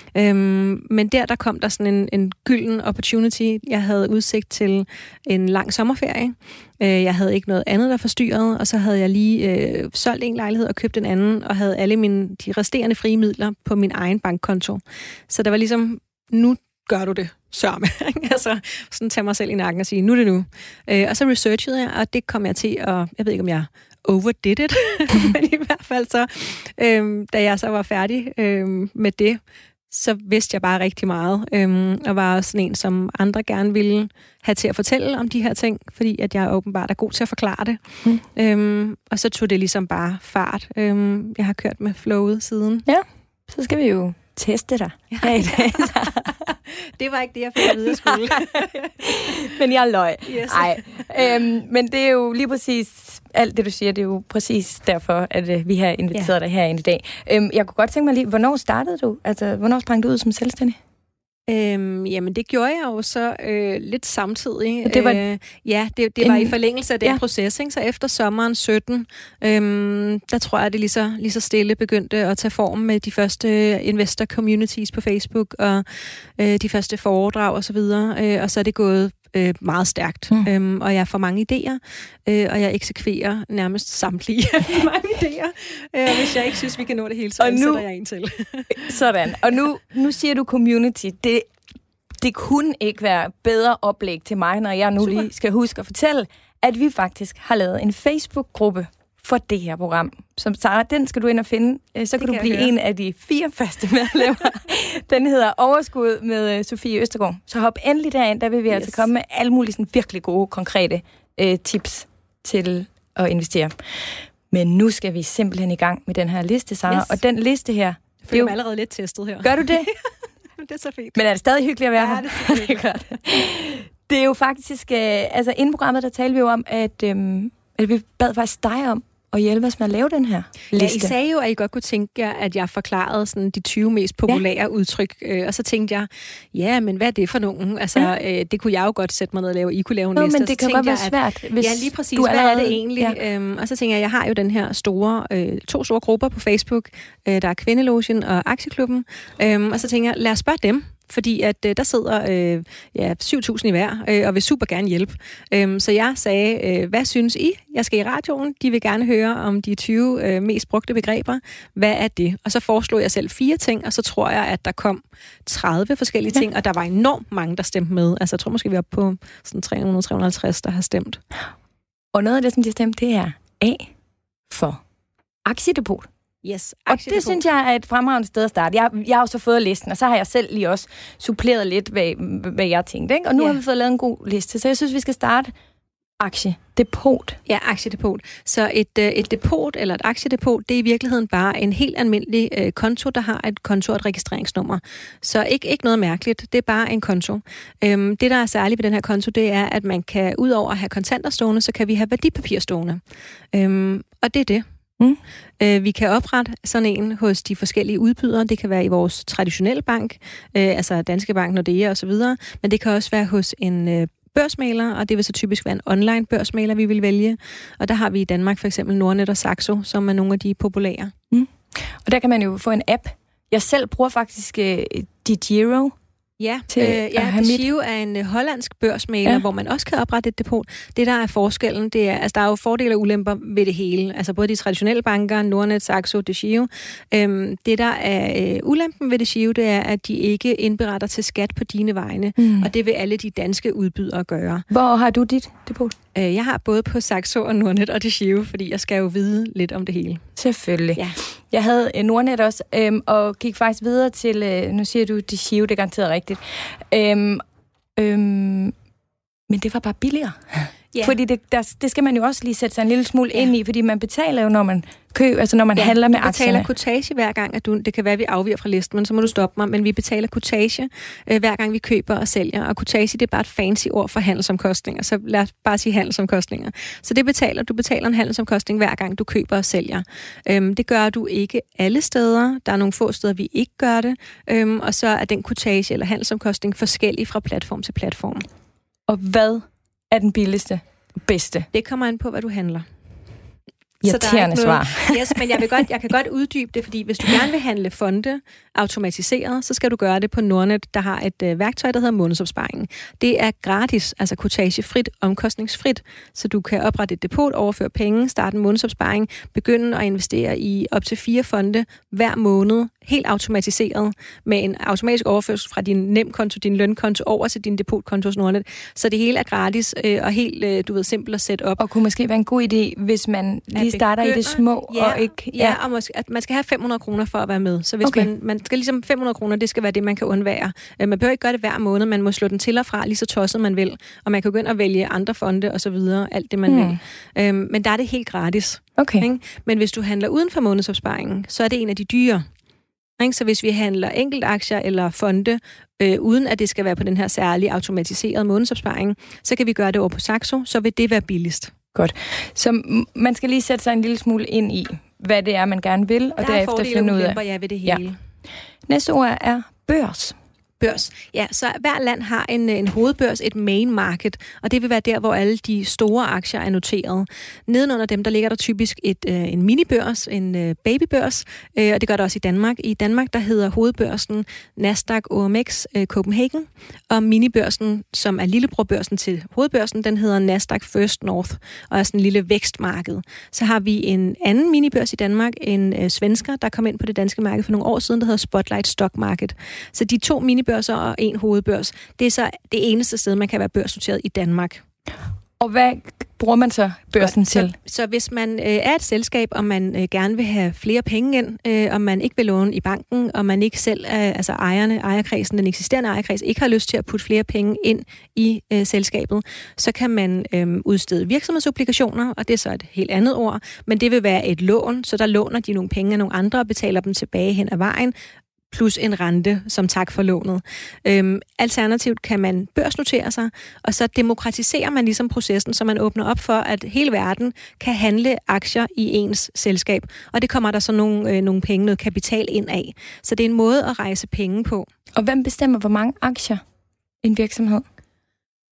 Øhm, men der, der kom der sådan en, en gylden opportunity. Jeg havde udsigt til en lang sommerferie. Jeg havde ikke noget andet, der forstyrrede, og så havde jeg lige øh, solgt en lejlighed og købt en anden, og havde alle mine, de resterende frie midler på min egen bankkonto. Så der var ligesom, nu gør du det, sørme. altså, sådan tage mig selv i nakken og sige, nu er det nu. Øh, og så researchede jeg, og det kom jeg til, og jeg ved ikke, om jeg overdid it, men i hvert fald så, øh, da jeg så var færdig øh, med det, så vidste jeg bare rigtig meget, øhm, og var også sådan en, som andre gerne ville have til at fortælle om de her ting, fordi at jeg åbenbart er god til at forklare det. Mm. Øhm, og så tog det ligesom bare fart. Øhm, jeg har kørt med flowet siden. Ja, så skal vi jo teste dig. Ja, ja. Det var ikke det, jeg fik at vide, jeg skulle. Men jeg løg. Yes. Ej. Øhm, men det er jo lige præcis, alt det du siger, det er jo præcis derfor, at øh, vi har inviteret ja. dig herind i dag. Øhm, jeg kunne godt tænke mig lige, hvornår startede du? Altså, hvornår sprang du ud som selvstændig? Øhm, jamen, det gjorde jeg jo så øh, lidt samtidig. Det var, øh, ja, det, det en, var i forlængelse af den ja. proces, ikke? Så efter sommeren sytten, øhm, der tror jeg, at det lige så, lige så stille begyndte at tage form med de første investor communities på Facebook, og øh, de første foredrag og så videre. Øh, og så er det gået øh, meget stærkt. Mm. Øhm, og jeg får mange idéer, øh, og jeg eksekverer nærmest samtlige mange idéer. Øh, hvis jeg ikke synes, vi kan nå det hele, så sætter jeg en til. Sådan. Og nu, nu siger du community. Det, det kunne ikke være bedre oplæg til mig, når jeg nu Super. lige skal huske at fortælle, at vi faktisk har lavet en Facebook-gruppe for det her program. Som Sara, den skal du ind og finde. Så kan det du kan blive en af de fire faste medlemmer. Den hedder Overskud med Sofie Østergaard. Så hop endelig derind, der vil vi yes. altså komme med alle mulige sådan virkelig gode, konkrete øh, tips til at investere. Men nu skal vi simpelthen i gang med den her liste, Sara. Yes. Og den liste her... Jeg føler mig allerede lidt testet her. Gør du det? Det er så fint. Men er det stadig hyggeligt at være ja, her? Det er det er godt. Det er jo faktisk... Øh, altså, inden programmet, der talte vi jo om, at, øh, at vi bad faktisk dig om og hjælpe os med at lave den her liste. Ja, I sagde jo, at I godt kunne tænke jer, at jeg forklarede sådan de tyve mest populære ja. udtryk, øh, og så tænkte jeg, ja, men hvad er det for nogen? Altså, ja. øh, det kunne jeg jo godt sætte mig ned og lave. I kunne lave en Nå, liste. men det kan godt være svært, hvis ja, lige præcis. du hvad allerede... er det egentlig? Ja. Øhm, og så tænker jeg, jeg har jo den her store, øh, to store grupper på Facebook. Øh, der er Kvindelogen og Aktieklubben. Øhm, og så tænker jeg, lad os spørge dem. fordi at øh, der sidder øh, ja, syv tusind i hver, øh, og vil super gerne hjælpe. Øhm, så jeg sagde, øh, hvad synes I? Jeg skal i radioen. De vil gerne høre om de tyve øh, mest brugte begreber. Hvad er det? Og så foreslog jeg selv fire ting, og så tror jeg, at der kom tredive forskellige ting, ja. Og der var enormt mange, der stemte med. Altså, jeg tror måske, vi er oppe på sådan tre hundrede til tre hundrede og halvtreds, der har stemt. Og noget af det, som de har stemt, det er A for aktiedepot. Yes, og det synes jeg er et fremragende sted at starte. Jeg, jeg har jo så fået listen, og så har jeg selv lige også suppleret lidt, hvad, hvad jeg tænkte. Ikke? Og nu ja. har vi fået lavet en god liste, så jeg synes, vi skal starte aktiedepot. Ja, aktiedepot. Så et, et depot eller et aktiedepot, det er i virkeligheden bare en helt almindelig øh, konto, der har et konto og et registreringsnummer. Så ikke, ikke noget mærkeligt, det er bare en konto. Øhm, det, der er særligt ved den her konto, det er, at man kan, ud over at have kontanter stående, så kan vi have værdipapir stående. Øhm, og det er det. Mm. Øh, vi kan oprette sådan en hos de forskellige udbydere. Det kan være i vores traditionelle bank, øh, altså Danske Bank, Nordea osv., men det kan også være hos en øh, børsmægler, og det vil så typisk være en online børsmægler, vi vil vælge. Og der har vi i Danmark for eksempel Nordnet og Saxo, som er nogle af de populære. Mm. Og der kan man jo få en app. Jeg selv bruger faktisk øh, DEGIRO. Ja, øh, ja DEGIRO er en uh, hollandsk børsmægler, ja. Hvor man også kan oprette et depot. Det, der er forskellen, det er, altså der er jo fordele og ulemper ved det hele. Altså både de traditionelle banker, Nordnet, Saxo, DEGIRO. Øhm, det, der er øh, ulempen ved DEGIRO, det er, at de ikke indberetter til skat på dine vegne. Mm. Og det vil alle de danske udbydere gøre. Hvor har du dit depot? Øh, jeg har både på Saxo og Nordnet og DEGIRO, fordi jeg skal jo vide lidt om det hele. Selvfølgelig. Ja. Jeg havde Nordnet også, øhm, og gik faktisk videre til, øh, nu siger du DEGIRO, det er garanteret rigtigt. Øhm, øhm, men det var bare billigere. Yeah. Fordi det, der, det skal man jo også lige sætte sig en lille smule yeah. ind i, fordi man betaler jo, når man køber, altså når man ja, handler med aktierne. Vi betaler kortage hver gang, at du, det kan være, at vi afviger fra listen, men så må du stoppe mig, men vi betaler kortage øh, hver gang, vi køber og sælger, og kortage, det er bare et fancy ord for handelsomkostninger, så lad os bare sige handelsomkostninger. Så det betaler, du betaler en handelsomkostning hver gang, du køber og sælger. Øhm, det gør du ikke alle steder, der er nogle få steder, vi ikke gør det, øhm, og så er den kortage eller handelsomkostning forskellig fra platform til platform. Og hvad er den billigste, bedste? Det kommer an på, hvad du handler. Irriterende svar. Yes, men jeg, vil godt, jeg kan godt uddybe det, fordi hvis du gerne vil handle fonde automatiseret, så skal du gøre det på Nordnet, der har et øh, værktøj, der hedder månedsopsparing. Det er gratis, altså kortagefrit, omkostningsfrit, så du kan oprette et depot, overføre penge, starte en månedsopsparing, begynde at investere i op til fire fonde hver måned, helt automatiseret, med en automatisk overførsel fra din nemkonto, din lønkonto, over til din depotkonto hos Nordnet. Så det hele er gratis øh, og helt, øh, du ved, simpelt at sætte op. Og kunne måske være en god idé, hvis man lige starter begynder, i det små, ja, og ikke... Ja, ja og måske, at man skal have fem hundrede kroner for at være med. Så hvis okay. man, man skal ligesom fem hundrede kroner, det skal være det, man kan undvære. Øh, man behøver ikke gøre det hver måned, man må slå den til og fra, lige så tosset man vil. Og man kan begynde at vælge andre fonde og så videre, alt det man hmm. vil. Øh, men der er det helt gratis. Okay. Ikke? Men hvis du handler uden for månedsopsparingen, så er det en af de dyre. Så hvis vi handler enkeltaktier eller fonde, øh, uden at det skal være på den her særlige automatiserede månedsopsparing, så kan vi gøre det over på Saxo, så vil det være billigst. Godt. Så man skal lige sætte sig en lille smule ind i, hvad det er, man gerne vil, og der derefter finde ud af. Der er ved det hele. Ja. Næste ord er børs. Børs. Ja, så hver land har en, en hovedbørs, et main market, og det vil være der, hvor alle de store aktier er noteret. Nedenunder dem, der ligger der typisk et, øh, en minibørs, en øh, babybørs, øh, og det gør det også i Danmark. I Danmark, der hedder hovedbørsen Nasdaq O M X øh, Copenhagen, og minibørsen, som er lillebrorbørsen til hovedbørsen, den hedder Nasdaq First North, og er sådan en lille vækstmarked. Så har vi en anden minibørs i Danmark, en øh, svensker, der kom ind på det danske marked for nogle år siden, der hedder Spotlight Stock Market. Så de to minibørser og en hovedbørs. Det er så det eneste sted, man kan være børsnoteret i Danmark. Og hvad bruger man så børsen så, til? Så, så hvis man øh, er et selskab, og man øh, gerne vil have flere penge ind, øh, og man ikke vil låne i banken, og man ikke selv, øh, altså ejerne, ejerkredsen, den eksisterende ejerkreds, ikke har lyst til at putte flere penge ind i øh, selskabet, så kan man øh, udstede virksomhedsobligationer, og det er så et helt andet ord, men det vil være et lån, så der låner de nogle penge af nogle andre og betaler dem tilbage hen ad vejen, plus en rente som tak for lånet. Øhm, alternativt kan man børsnotere sig, og så demokratiserer man ligesom processen, så man åbner op for, at hele verden kan handle aktier i ens selskab. Og det kommer der så nogle, øh, nogle penge, noget kapital ind af. Så det er en måde at rejse penge på. Og hvem bestemmer, hvor mange aktier en virksomhed?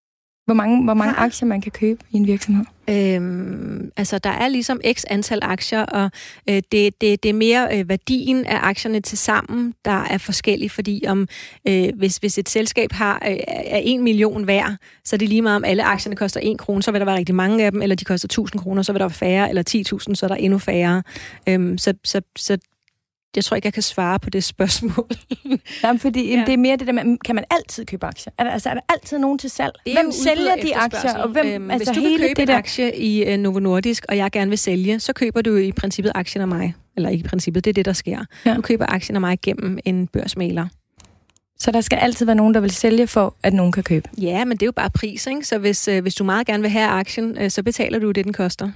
Hvor mange, hvor mange aktier man kan købe i en virksomhed? Øhm, altså, der er ligesom x antal aktier, og øh, det, det, det er mere øh, værdien af aktierne til sammen, der er forskellig, fordi om øh, hvis, hvis et selskab har øh, er en million værd, så er det lige meget, om alle aktierne koster en krone, så vil der være rigtig mange af dem, eller de koster tusind kroner, så vil der være færre, eller ti tusind, så er der endnu færre. Øhm, så, så, så jeg tror ikke, jeg kan svare på det spørgsmål. Jamen, fordi ja. det er mere det der med, kan man altid købe aktier? Er der, altså, er der altid nogen til salg? Hvem sælger de aktier? Og hvem, øhm, altså, hvis du hele vil købe det en der... aktie i uh, Novo Nordisk, og jeg gerne vil sælge, så køber du i princippet aktien af mig. Eller ikke i princippet, det er det, der sker. Ja. Du køber aktien af mig gennem en børsmægler. Så der skal altid være nogen, der vil sælge for, at nogen kan købe? Ja, men det er jo bare pris, ikke? Så hvis, øh, hvis du meget gerne vil have aktien, øh, så betaler du det, den koster.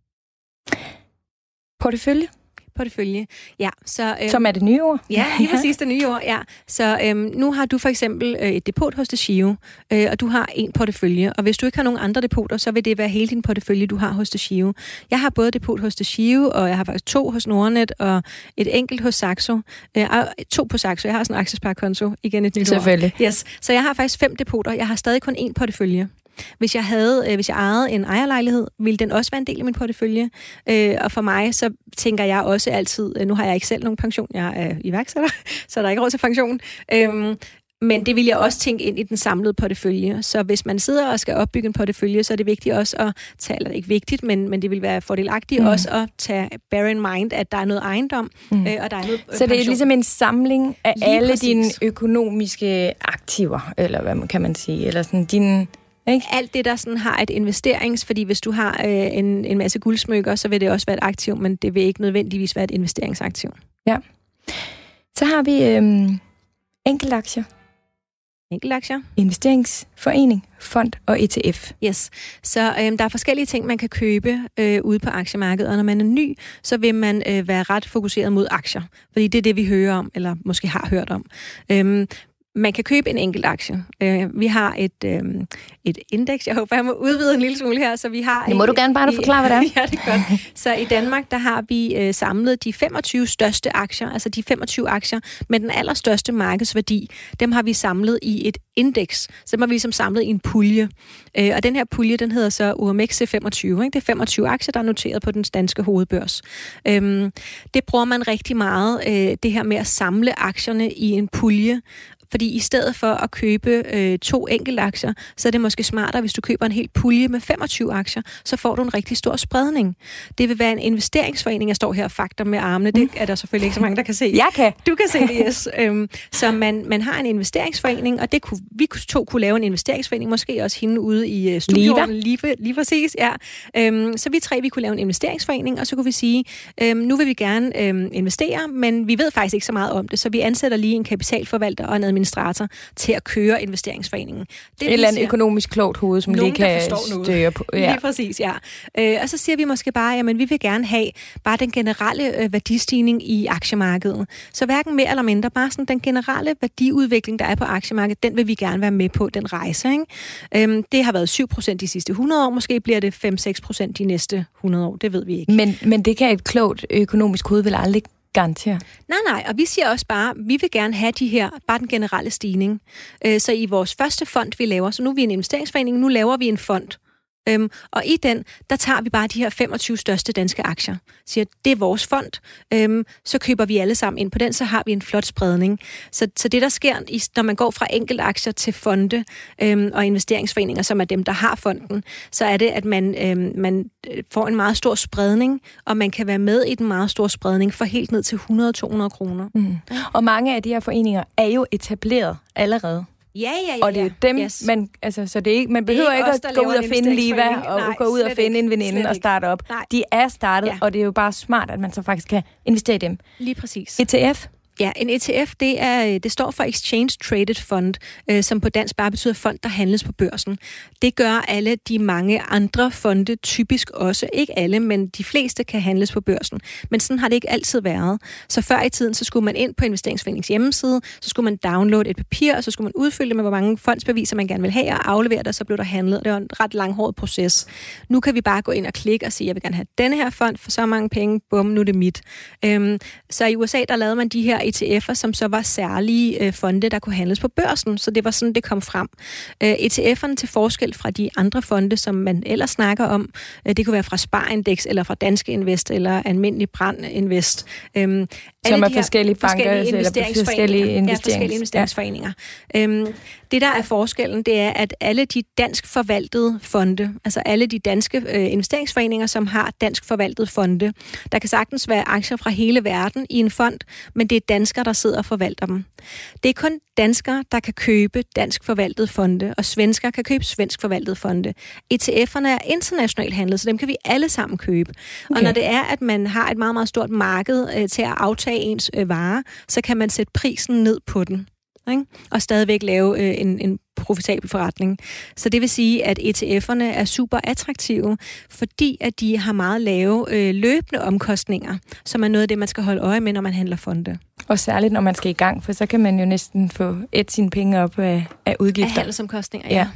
Portefølje? Portefølje, ja. Så, øhm, Som er det nye ord? Ja, lige præcis det nye ord, ja. Så øhm, nu har du for eksempel øh, et depot hos DEGIRO, øh, og du har en portefølje, og hvis du ikke har nogen andre depoter, så vil det være hele din portefølje, du har hos DEGIRO. Jeg har både depot hos DEGIRO, og jeg har faktisk to hos Nordnet, og et enkelt hos Saxo. Øh, to på Saxo, jeg har sådan en aktiesparekonto, igen et nyt Selvfølgelig. ord. Yes. Så jeg har faktisk fem depoter, jeg har stadig kun én portefølje. Hvis jeg havde, øh, hvis jeg ejede en ejerlejlighed, ville den også være en del af min portefølje. Øh, og for mig, så tænker jeg også altid, øh, nu har jeg ikke selv nogen pension, jeg er iværksætter, så der er ikke råd til pension. Øh, men det vil jeg også tænke ind i den samlede portefølje. Så hvis man sidder og skal opbygge en portefølje, så er det vigtigt også at tage, eller ikke vigtigt, men, men det vil være fordelagtigt mm. også at tage bear in mind, at der er noget ejendom, mm. øh, og der er noget Så pension. Det er ligesom en samling af Lige alle præcis. Dine økonomiske aktiver, eller hvad kan man sige, eller sådan dine... Ikke? Alt det, der sådan har et investerings, fordi hvis du har øh, en, en masse guldsmykker, så vil det også være et aktiv, men det vil ikke nødvendigvis være et investeringsaktiv. Ja. Så har vi øh, enkeltaktier. Enkeltaktier. Investeringsforening, fond og E T F. Yes. Så øh, der er forskellige ting, man kan købe øh, ude på aktiemarkedet, og når man er ny, så vil man øh, være ret fokuseret mod aktier, fordi det er det, vi hører om, eller måske har hørt om. Øh, Man kan købe en enkelt aktie. Uh, vi har et, um, et indeks. Jeg håber, jeg må udvide en lille smule her. Så vi har det må i, du gerne bare, du forklare, hvad det er. Ja, det er godt. Så i Danmark, der har vi uh, samlet de femogtyve største aktier, altså de femogtyve aktier med den allerstørste markedsværdi. Dem har vi samlet i et indeks. Så dem har vi ligesom samlet i en pulje. Uh, og den her pulje, den hedder så U M X C femogtyve. Ikke? Det er femogtyve aktier, der er noteret på den danske hovedbørs. Um, det bruger man rigtig meget, uh, det her med at samle aktierne i en pulje. Fordi i stedet for at købe øh, to enkelte aktier, så er det måske smartere, hvis du køber en hel pulje med femogtyve aktier, så får du en rigtig stor spredning. Det vil være en investeringsforening, jeg står her og fakter med armene. Det er der selvfølgelig ikke så mange, der kan se. Jeg kan. Du kan se det, yes. øhm, så man, man har en investeringsforening, og det kunne, vi to kunne lave en investeringsforening, måske også hende ude i uh, studioen. Lige, lige præcis, ja. Øhm, så vi tre, vi kunne lave en investeringsforening, og så kunne vi sige, øhm, nu vil vi gerne øhm, investere, men vi ved faktisk ikke så meget om det, så vi ansætter lige en kapitalforvalter og en administrator til at køre investeringsforeningen. Det et eller andet økonomisk klogt hoved, som lige kan styre på. Ja. Lige præcis, ja. Øh, og så siger vi måske bare, jamen vi vil gerne have bare den generelle øh, værdistigning i aktiemarkedet. Så hverken mere eller mindre, bare sådan den generelle værdiudvikling, der er på aktiemarkedet, den vil vi gerne være med på, den rejse. Ikke? Øhm, det har været syv procent de sidste hundrede år, måske bliver det fem til seks procent de næste hundrede år, det ved vi ikke. Men, men det kan et klogt økonomisk hoved vel aldrig garantere. Nej, nej, og vi siger også bare, vi vil gerne have de her, bare den generelle stigning. Så i vores første fond, vi laver, så nu er vi en investeringsforening, nu laver vi en fond. Øhm, og i den, der tager vi bare de her femogtyve største danske aktier. Siger, det er vores fond, øhm, så køber vi alle sammen ind på den, så har vi en flot spredning. Så, så det, der sker, når man går fra enkelte aktier til fonde øhm, og investeringsforeninger, som er dem, der har fonden, så er det, at man, øhm, man får en meget stor spredning, og man kan være med i den meget store spredning for helt ned til hundrede til to hundrede kroner. Mm. Og mange af de her foreninger er jo etableret allerede. Ja, ja, ja. Og det er jo dem, yes. man, altså, så det er ikke, man behøver ikke os, at gå ud og finde Liva, og Nej, gå ud og finde en veninde og starte op. Nej. De er startet, ja. Og det er jo bare smart, at man så faktisk kan investere i dem. Lige præcis. E T F? Ja, en E T F, det, er, det står for Exchange Traded Fund, øh, som på dansk bare betyder fond, der handles på børsen. Det gør alle de mange andre fonde typisk også. Ikke alle, men de fleste kan handles på børsen. Men sådan har det ikke altid været. Så før i tiden, så skulle man ind på investeringsforeningens hjemmeside, så skulle man downloade et papir, og så skulle man udfylde det med, hvor mange fondsbeviser man gerne vil have, og aflevere det, og så blev der handlet. Det var en ret langhåret proces. Nu kan vi bare gå ind og klikke og sige, jeg vil gerne have denne her fond for så mange penge. Bum, nu er det mit. Øhm, så i U S A, der lavede man de her E T F'er, som så var særlige øh, fonde, der kunne handles på børsen. Så det var sådan, det kom frem. Øh, E T F'erne til forskel fra de andre fonde, som man ellers snakker om, øh, det kunne være fra Sparindex, eller fra Danske Invest, eller Almindelig Brand Invest. Øh, som er forskellige banker, forskellige eller forskellige, ja, forskellige investeringsforeninger. Ja. Øhm, det, der er forskellen, det er, at alle de dansk forvaltede fonde, altså alle de danske øh, investeringsforeninger, som har dansk forvaltede fonde, der kan sagtens være aktier fra hele verden i en fond, men det er danskere, der sidder og forvalter dem. Det er kun danskere, der kan købe dansk forvaltede fonde, og svenskere kan købe svensk forvaltede fonde. E T F'erne er internationalt handlet, så dem kan vi alle sammen købe. Okay. Og når det er, at man har et meget, meget stort marked øh, til at aftage ens øh, varer, så kan man sætte prisen ned på den, ikke? Og stadigvæk lave øh, en, en profitabel forretning. Så det vil sige, at E T F'erne er super attraktive, fordi at de har meget lave øh, løbende omkostninger, som er noget af det, man skal holde øje med, når man handler fonde. Og særligt, når man skal i gang, for så kan man jo næsten få et sine penge op af, af udgifter. Af handelsomkostninger, ja. ja.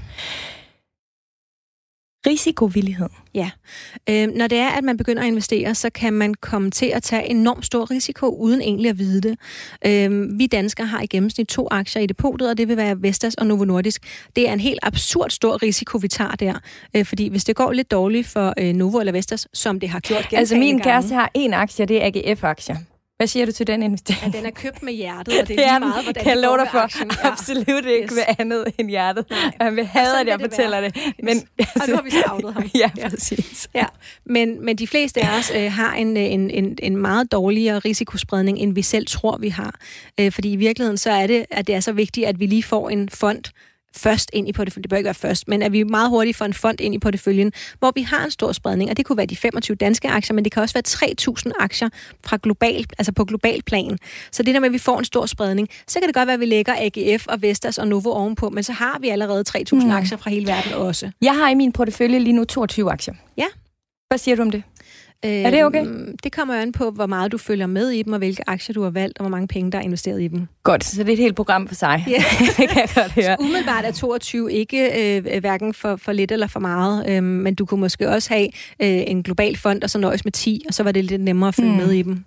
Risikovillighed. Ja. Øh, når det er, at man begynder at investere, så kan man komme til at tage enormt stor risiko, uden egentlig at vide det. Øh, vi danskere har i gennemsnit to aktier i depotet, og det vil være Vestas og Novo Nordisk. Det er en helt absurd stor risiko, vi tager der. Øh, fordi hvis det går lidt dårligt for øh, Novo eller Vestas, som det har gjort gentagne Altså min gange, kæreste har en aktie, det er A G F-aktier. Hvad siger du til den investering? Ja, den er købt med hjertet, og det er lige meget, hvordan kan det går med for, aktien. Ja. Absolut ikke yes. med andet end hjertet. Nej. Han vil have, at jeg det fortæller være. det. Men, yes. Og nu har vi scoutet ham. ja, præcis. Ja. Men, men de fleste af os øh, har en, en, en, en meget dårligere risikospredning, end vi selv tror, vi har. Øh, fordi i virkeligheden så er det, at det er så vigtigt, at vi lige får en fond først ind i porteføljen. Det bør ikke være først, men at vi meget hurtigt får en fond ind i porteføljen, hvor vi har en stor spredning, og det kunne være de femogtyve danske aktier, men det kan også være tre tusind aktier fra global, altså på global plan. Så det der med, at vi får en stor spredning, så kan det godt være, at vi lægger A G F og Vestas og Novo ovenpå, men så har vi allerede tre tusind mm. aktier fra hele verden også. Jeg har i min portefølje lige nu toogtyve aktier. Ja. Hvad siger du om det? Er det okay? Det kommer jo an på, hvor meget du følger med i dem, og hvilke aktier du har valgt, og hvor mange penge, der er investeret i dem. Godt, så det er et helt program for sig. Ja. Det kan jeg godt høre. Så umiddelbart er toogtyve ikke øh, hverken for, for lidt eller for meget, øh, men du kunne måske også have øh, en global fond, og så nøjes med ti, og så var det lidt nemmere at følge mm. med i dem.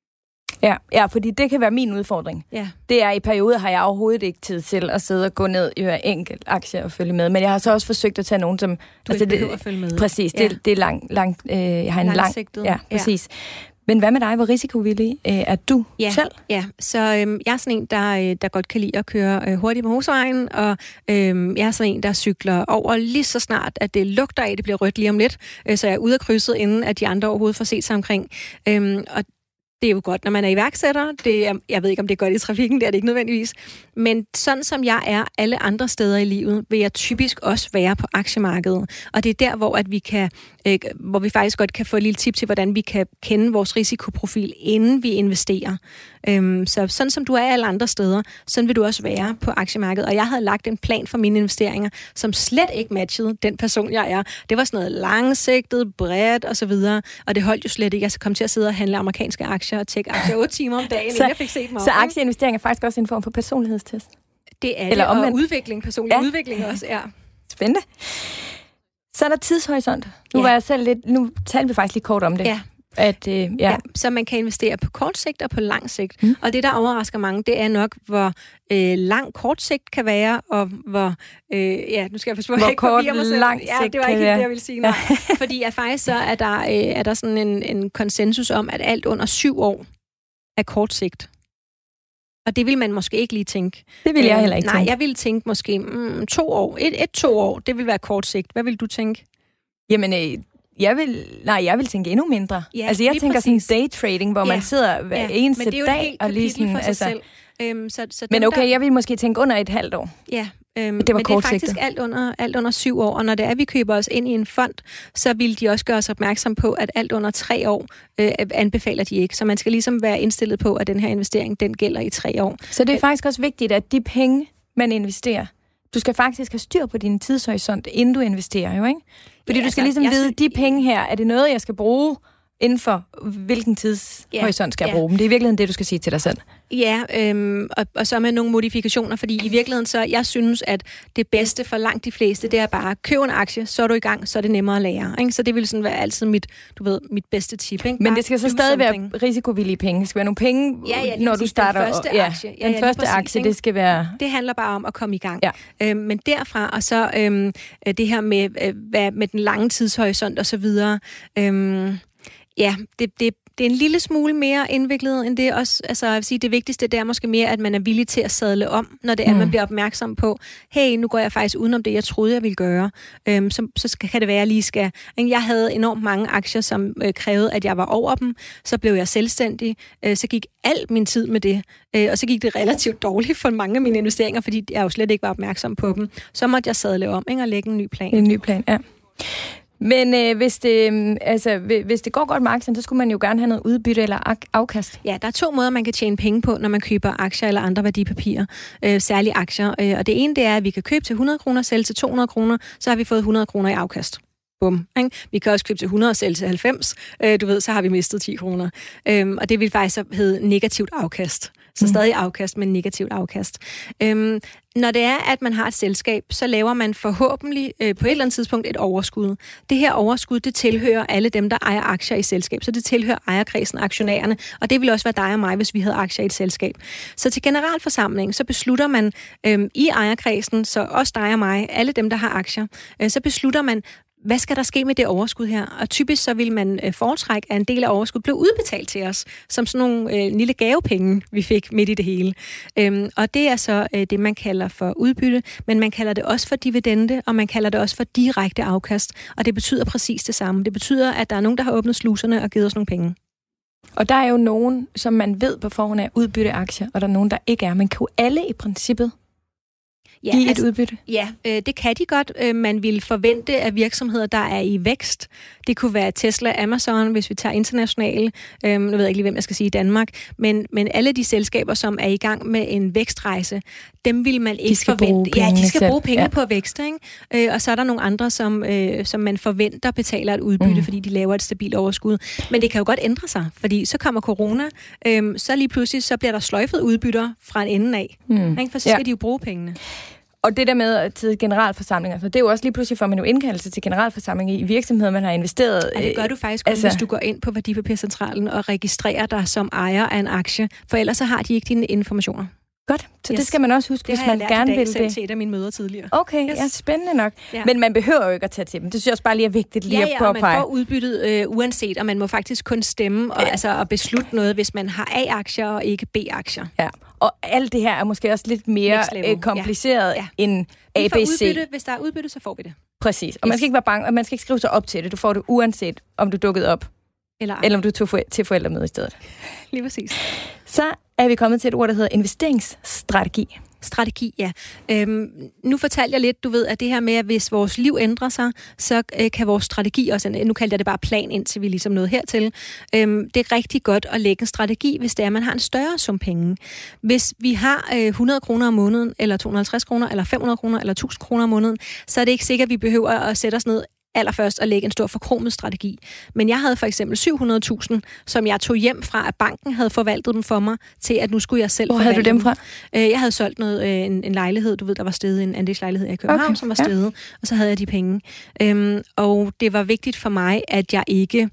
Ja, ja, fordi det kan være min udfordring. Ja. Det er, i perioder har jeg overhovedet ikke tid til at sidde og gå ned i hver enkelt aktie og følge med. Men jeg har så også forsøgt at tage nogen, som... Du altså, ikke behøver at følge med. Præcis, ja. det, det er langt... Lang, øh, jeg har en lang... Ja, præcis. Ja. Men hvad med dig? Hvor risikovillig øh, er du ja, selv? Ja, så øh, jeg er sådan en, der, der godt kan lide at køre øh, hurtigt på motorvejen, og øh, jeg er sådan en, der cykler over lige så snart, at det lugter af, det bliver rødt lige om lidt, øh, så jeg er ude af krydset, inden at de andre overhovedet får set sig omkring. Øh, og det er jo godt, når man er iværksætter. Det er, jeg ved ikke, om det er godt i trafikken, det er det ikke nødvendigvis. Men sådan som jeg er alle andre steder i livet, vil jeg typisk også være på aktiemarkedet. Og det er der, hvor, at vi, kan, øh, hvor vi faktisk godt kan få et lille tip til, hvordan vi kan kende vores risikoprofil, inden vi investerer. Øhm, så sådan som du er alle andre steder, sådan vil du også være på aktiemarkedet. Og jeg havde lagt en plan for mine investeringer, som slet ikke matchede den person, jeg er. Det var sådan noget langsigtet, bredt og så videre. Og det holdt jo slet ikke. Jeg kom til at sidde og handle amerikanske aktier og tjekke aktier otte timer om dagen, så, inden jeg fik set mig Så om, aktieinvestering er faktisk også en form for personlighedstest? Det er Eller det, omvendt. Og udvikling, personlig ja. udvikling også, ja. Spændende. Så er der tidshorisont. Nu, ja. var jeg selv lidt, nu talte vi faktisk lige kort om det. Ja. At, øh, ja. Ja, så man kan investere på kort sigt og på lang sigt. Mm. Og det, der overrasker mange, det er nok, hvor øh, lang kort sigt kan være, og hvor, øh, ja, nu skal jeg forsøge, hvor ikke kort mig selv. lang Ja, sigt det var ikke det, det, jeg ville sige. Nej. Fordi at faktisk så er der, øh, er der sådan en, en konsensus om, at alt under syv år er kort sigt. Og det vil man måske ikke lige tænke. Det vil jeg heller ikke Nej, tænke. Nej, jeg ville tænke måske mm, to år. Et, et, to år, det vil være kort sigt. Hvad vil du tænke? Jamen, øh, jeg vil, nej, jeg vil tænke endnu mindre. Ja, altså, jeg tænker præcis. Sådan day-trading, hvor ja. man sidder hver ja. eneste men det er jo dag og lige sådan... For sig altså, selv. Øhm, så, så men okay, der... jeg vil måske tænke under et halvt år. Ja, øhm, det var men det er faktisk alt under, alt under syv år. Og når det er, vi køber os ind i en fond, så vil de også gøre os opmærksom på, at alt under tre år øh, anbefaler de ikke. Så man skal ligesom være indstillet på, at den her investering, den gælder i tre år. Så det er faktisk også vigtigt, at de penge, man investerer, du skal faktisk have styr på din tidshorisont, inden du investerer, jo, ikke? Fordi ja, du skal altså, ligesom vide, synes... de penge her, er det noget, jeg skal bruge inden for hvilken tidshorisont skal jeg Ja. bruge dem. Det er i virkeligheden det, du skal sige til dig selv. Ja, øhm, og, og så med nogle modifikationer, fordi i virkeligheden så, jeg synes, at det bedste for langt de fleste, det er bare at købe en aktie, så er du i gang, så er det nemmere at lære. Ikke? Så det vil sådan være altid mit, du ved, mit bedste tip. Ikke? Men Bare det skal så do stadig something. være risikovillige penge. Det skal være nogle penge, Ja, ja, lige når du præcis. starter. Den første ja, aktie. Ja, den ja, første lige præcis, aktie, ikke? det skal være... Det handler bare om at komme i gang. Ja. Øhm, men derfra, og så øhm, det her med, øh, hvad, med den lange tidshorisont og så videre, øhm, ja, det, det, det er en lille smule mere indviklet end det også. Altså, jeg vil sige, det vigtigste, det er måske mere, at man er villig til at sadle om, når det er, mm. man bliver opmærksom på, hey, nu går jeg faktisk udenom det, jeg troede, jeg ville gøre. Øhm, så, så skal, kan det være, at jeg lige skal... Jeg havde enormt mange aktier, som øh, krævede, at jeg var over dem. Så blev jeg selvstændig. Øh, så gik al min tid med det. Øh, og så gik det relativt dårligt for mange af mine investeringer, fordi jeg jo slet ikke var opmærksom på dem. Så måtte jeg sadle om, ikke, og lægge en ny plan. En ny plan, ja. Men øh, hvis, det, altså, hvis det går godt med aktien, så skulle man jo gerne have noget udbytte eller afkast. Ja, der er to måder, man kan tjene penge på, når man køber aktier eller andre værdipapirer, øh, særlige aktier. Øh, og det ene, det er, at vi kan købe til hundrede kroner, sælge til to hundrede kroner, så har vi fået hundrede kroner i afkast. Bum, ikke? Vi kan også købe til hundrede og sælge til halvfems. Øh, du ved, så har vi mistet ti kroner. Øhm, og det vil faktisk hedde negativt afkast. Så mm. stadig afkast, men negativt afkast. Øhm, når det er, at man har et selskab, så laver man forhåbentlig øh, på et eller andet tidspunkt et overskud. Det her overskud, det tilhører alle dem, der ejer aktier i selskab. Så det tilhører ejerkredsen, aktionærerne. Og det ville også være dig og mig, hvis vi havde aktier i et selskab. Så til generalforsamlingen, så beslutter man øh, i ejerkredsen, så også dig og mig, alle dem, der har aktier, øh, så beslutter man, hvad skal der ske med det overskud her? Og typisk så vil man øh, foretrække, at en del af overskuddet blev udbetalt til os, som sådan nogle øh, lille gavepenge, vi fik midt i det hele. Øhm, og det er så øh, det, man kalder for udbytte, men man kalder det også for dividende, og man kalder det også for direkte afkast. Og det betyder præcis det samme. Det betyder, at der er nogen, der har åbnet sluserne og givet os nogle penge. Og der er jo nogen, som man ved på forhånd er udbytteaktier, og der er nogen, der ikke er. Men kan jo alle i princippet Ja, give altså, et udbytte? Ja, øh, det kan de godt. Øh, man vil forvente af virksomheder, der er i vækst. Det kunne være Tesla, Amazon, hvis vi tager internationale. Øh, nu ved jeg ikke lige, hvem jeg skal sige i Danmark. Men, men alle de selskaber, som er i gang med en vækstrejse, dem vil man ikke de skal forvente. Bruge ja, de skal selv. bruge penge ja. på vækst, ikke? Øh, og så er der nogle andre, som, øh, som man forventer betaler et udbytte, mm. fordi de laver et stabilt overskud. Men det kan jo godt ændre sig, fordi så kommer corona, øh, så lige pludselig så bliver der sløjfet udbytter fra en ende af. Mm. Ikke? For så skal ja. de jo bruge pengene. Og det der med til generalforsamlinger, så det er jo også lige pludselig, for man jo indkaldelse til generalforsamling i virksomheder, man har investeret. Ja, det gør du faktisk kun, altså, hvis du går ind på Værdipapircentralen og registrerer dig som ejer af en aktie, for ellers så har de ikke dine informationer. Godt, så yes. det skal man også huske, det hvis man gerne vil det. Det til et af mine møder tidligere. Okay, yes. ja, spændende nok. Ja. Men man behøver jo ikke at tage til dem. Det synes jeg også bare lige er vigtigt lige ja, at ja, påpege. Ja, man får udbyttet øh, uanset, og man må faktisk kun stemme og, ja. altså, og beslutte noget, hvis man har A-aktier og ikke B-aktier. Ja, og alt det her er måske også lidt mere øh, kompliceret ja. Ja. end A B C. Udbytte, hvis der er udbytte, så får vi det. Præcis, og yes. man skal ikke være bange, og man skal ikke skrive sig op til det. Du får det uanset, om du dukkede op, eller, eller om du tog for, til forældremøde i stedet. Lige præcis. Så er vi kommet til et ord, der hedder investeringsstrategi. Strategi, ja. Øhm, nu fortalte jeg lidt, du ved, at det her med, at hvis vores liv ændrer sig, så øh, kan vores strategi også, nu kalder jeg det bare plan, indtil vi ligesom nåede hertil. Øhm, det er rigtig godt at lægge en strategi, hvis det er, at man har en større sum penge. Hvis vi har øh, hundrede kroner om måneden, eller to hundrede og halvtreds kroner, eller fem hundrede kroner, eller tusind kroner om måneden, så er det ikke sikkert, at vi behøver at sætte os ned allerførst at lægge en stor forkromet strategi. Men jeg havde for eksempel syv hundrede tusind, som jeg tog hjem fra, at banken havde forvaltet dem for mig, til at nu skulle jeg selv Hvor forvalte havde du dem fra? Dem. Jeg havde solgt noget, en, en lejlighed, du ved, der var stedet, en andelslejlighed i København, okay. som var stedet, ja. Og så havde jeg de penge. Øhm, og det var vigtigt for mig, at jeg ikke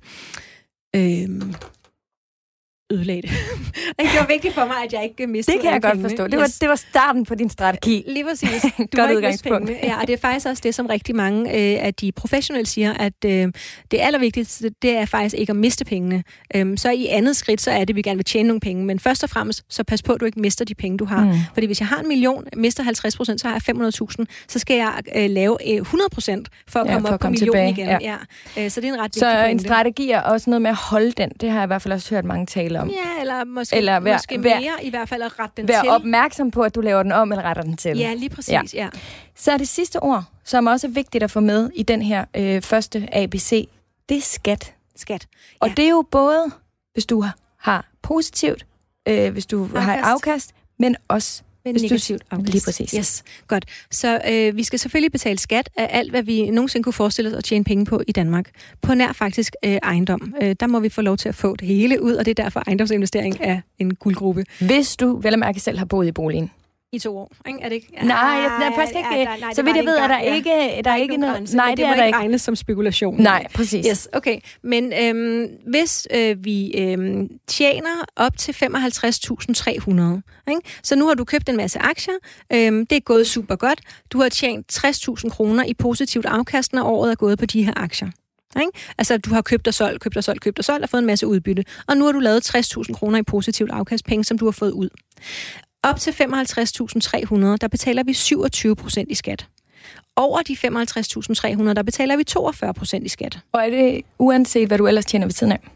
øhm, ødelagde det. Det var vigtigt for mig, at jeg ikke mistede. Det kan jeg godt pengene. forstå. Det var, det var starten på din strategi. Lige præcis. Du godt udgangspunkt. Ja, og det er faktisk også det, som rigtig mange øh, af de professionelle siger, at øh, det allervigtigste, det er faktisk ikke at miste pengene. Øhm, så i andet skridt, så er det, at vi gerne vil tjene nogle penge. Men først og fremmest, så pas på, at du ikke mister de penge, du har. Mm. Fordi hvis jeg har en million, mister halvtreds procent, så har jeg fem hundrede tusind, så skal jeg øh, lave øh, hundrede procent for at ja, komme for op at komme på millionen igen. Ja. Ja. Øh, så det er en ret vigtig Så pointe. en strategi er også noget med at holde den. Det har jeg i hvert fald også hørt mange tale om. Ja, eller måske, eller vær, måske mere vær, i hvert fald at rette den vær til. Vær opmærksom på, at du laver den om eller retter den til. Ja, lige præcis, ja. ja. Så er det sidste ord, som også er vigtigt at få med i den her øh, første A B C, det er skat. Skat. Ja. Og det er jo både, hvis du har positivt, øh, hvis du afkast. har afkast, men også Med negativt afkast. Lige præcis. Yes, godt. Så øh, vi skal selvfølgelig betale skat af alt, hvad vi nogensinde kunne forestille os at tjene penge på i Danmark. På nær faktisk øh, ejendom. Øh, der må vi få lov til at få det hele ud, og det er derfor ejendomsinvestering er en guldgruppe. Hvis du vel at mærke selv har boet i boligen. I to år, ikke? Er det ikke? Nej, jeg, jeg, faktisk ikke. Ja, nej, nej, så vidt jeg ved, at der ja. ikke der, der er ikke noget. Grænse, nej, det, det er der ikke. regnes som spekulation. Nej, præcis. Yes, okay. Men øhm, hvis øh, vi øhm, tjener op til femoghalvtreds tusind tre hundrede, ikke? Så nu har du købt en masse aktier. Øhm, det er gået super godt. Du har tjent tres tusind kroner i positivt afkast, når året er gået på de her aktier. Ikke? Altså, du har købt og solgt, købt og solgt, købt og solgt og fået en masse udbytte. Og nu har du lavet tres tusind kroner i positivt afkast, penge, som du har fået ud. Op til femoghalvtreds tusind tre hundrede, der betaler vi syvogtyve procent i skat. Over de femoghalvtreds tusind tre hundrede, der betaler vi toogfyrre procent i skat. Og er det uanset, hvad du ellers tjener ved siden af?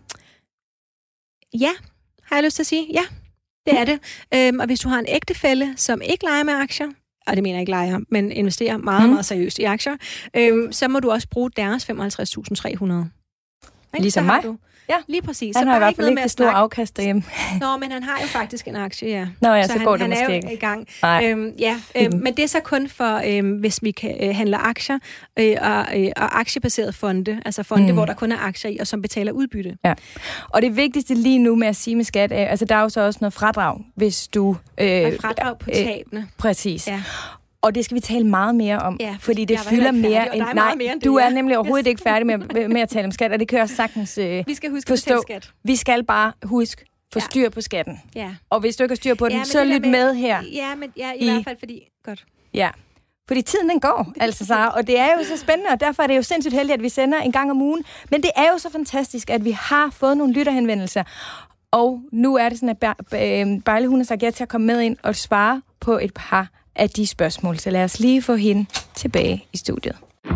Ja, har jeg lyst til at sige. Ja, det er det. Øhm, og hvis du har en ægtefælle, som ikke leger med aktier, og det mener jeg ikke leger, men investerer meget, mm. meget seriøst i aktier, øhm, så må du også bruge deres femoghalvtreds tusind tre hundrede. Ikke? Ligesom mig? Du. Ja, lige præcis. Han så har i hvert fald ikke det store afkast derhjemme. Nå, men han har jo faktisk en aktie, ja. Nå ja, så, så går han, det han måske ikke. ikke. i gang. Nej. Øhm, ja, øhm, men det er så kun for, øhm, hvis vi kan øh, handle aktier øh, og, øh, og aktiebaserede fonde, altså fonde, mm. hvor der kun er aktier i, og som betaler udbytte. Ja, og det vigtigste lige nu med at sige med skat, er, altså der er jo så også noget fradrag, hvis du... Øh, og fradrag på tabene. Øh, præcis. Ja. Og det skal vi tale meget mere om, ja, fordi det fylder mere end... Nej, mere end du det, er ja. nemlig overhovedet ikke færdig med, med at tale om skat, og det kan jeg også sagtens øh, Vi skal huske forstå. at betale skat. Vi skal bare huske få styr ja. på skatten. Ja. Og hvis du ikke har styr på ja, den, så lyt med, med her. Ja, men ja, i, i hvert fald fordi... Godt. Ja, fordi tiden den går, altså Sara, og det er jo så spændende, og derfor er det jo sindssygt heldigt, at vi sender en gang om ugen. Men det er jo så fantastisk, at vi har fået nogle lytterhenvendelser, og nu er det sådan, at Bejle, hun har sagt ja til at komme med ind og svare på et par af de spørgsmål. Så lad os lige få hende tilbage i studiet.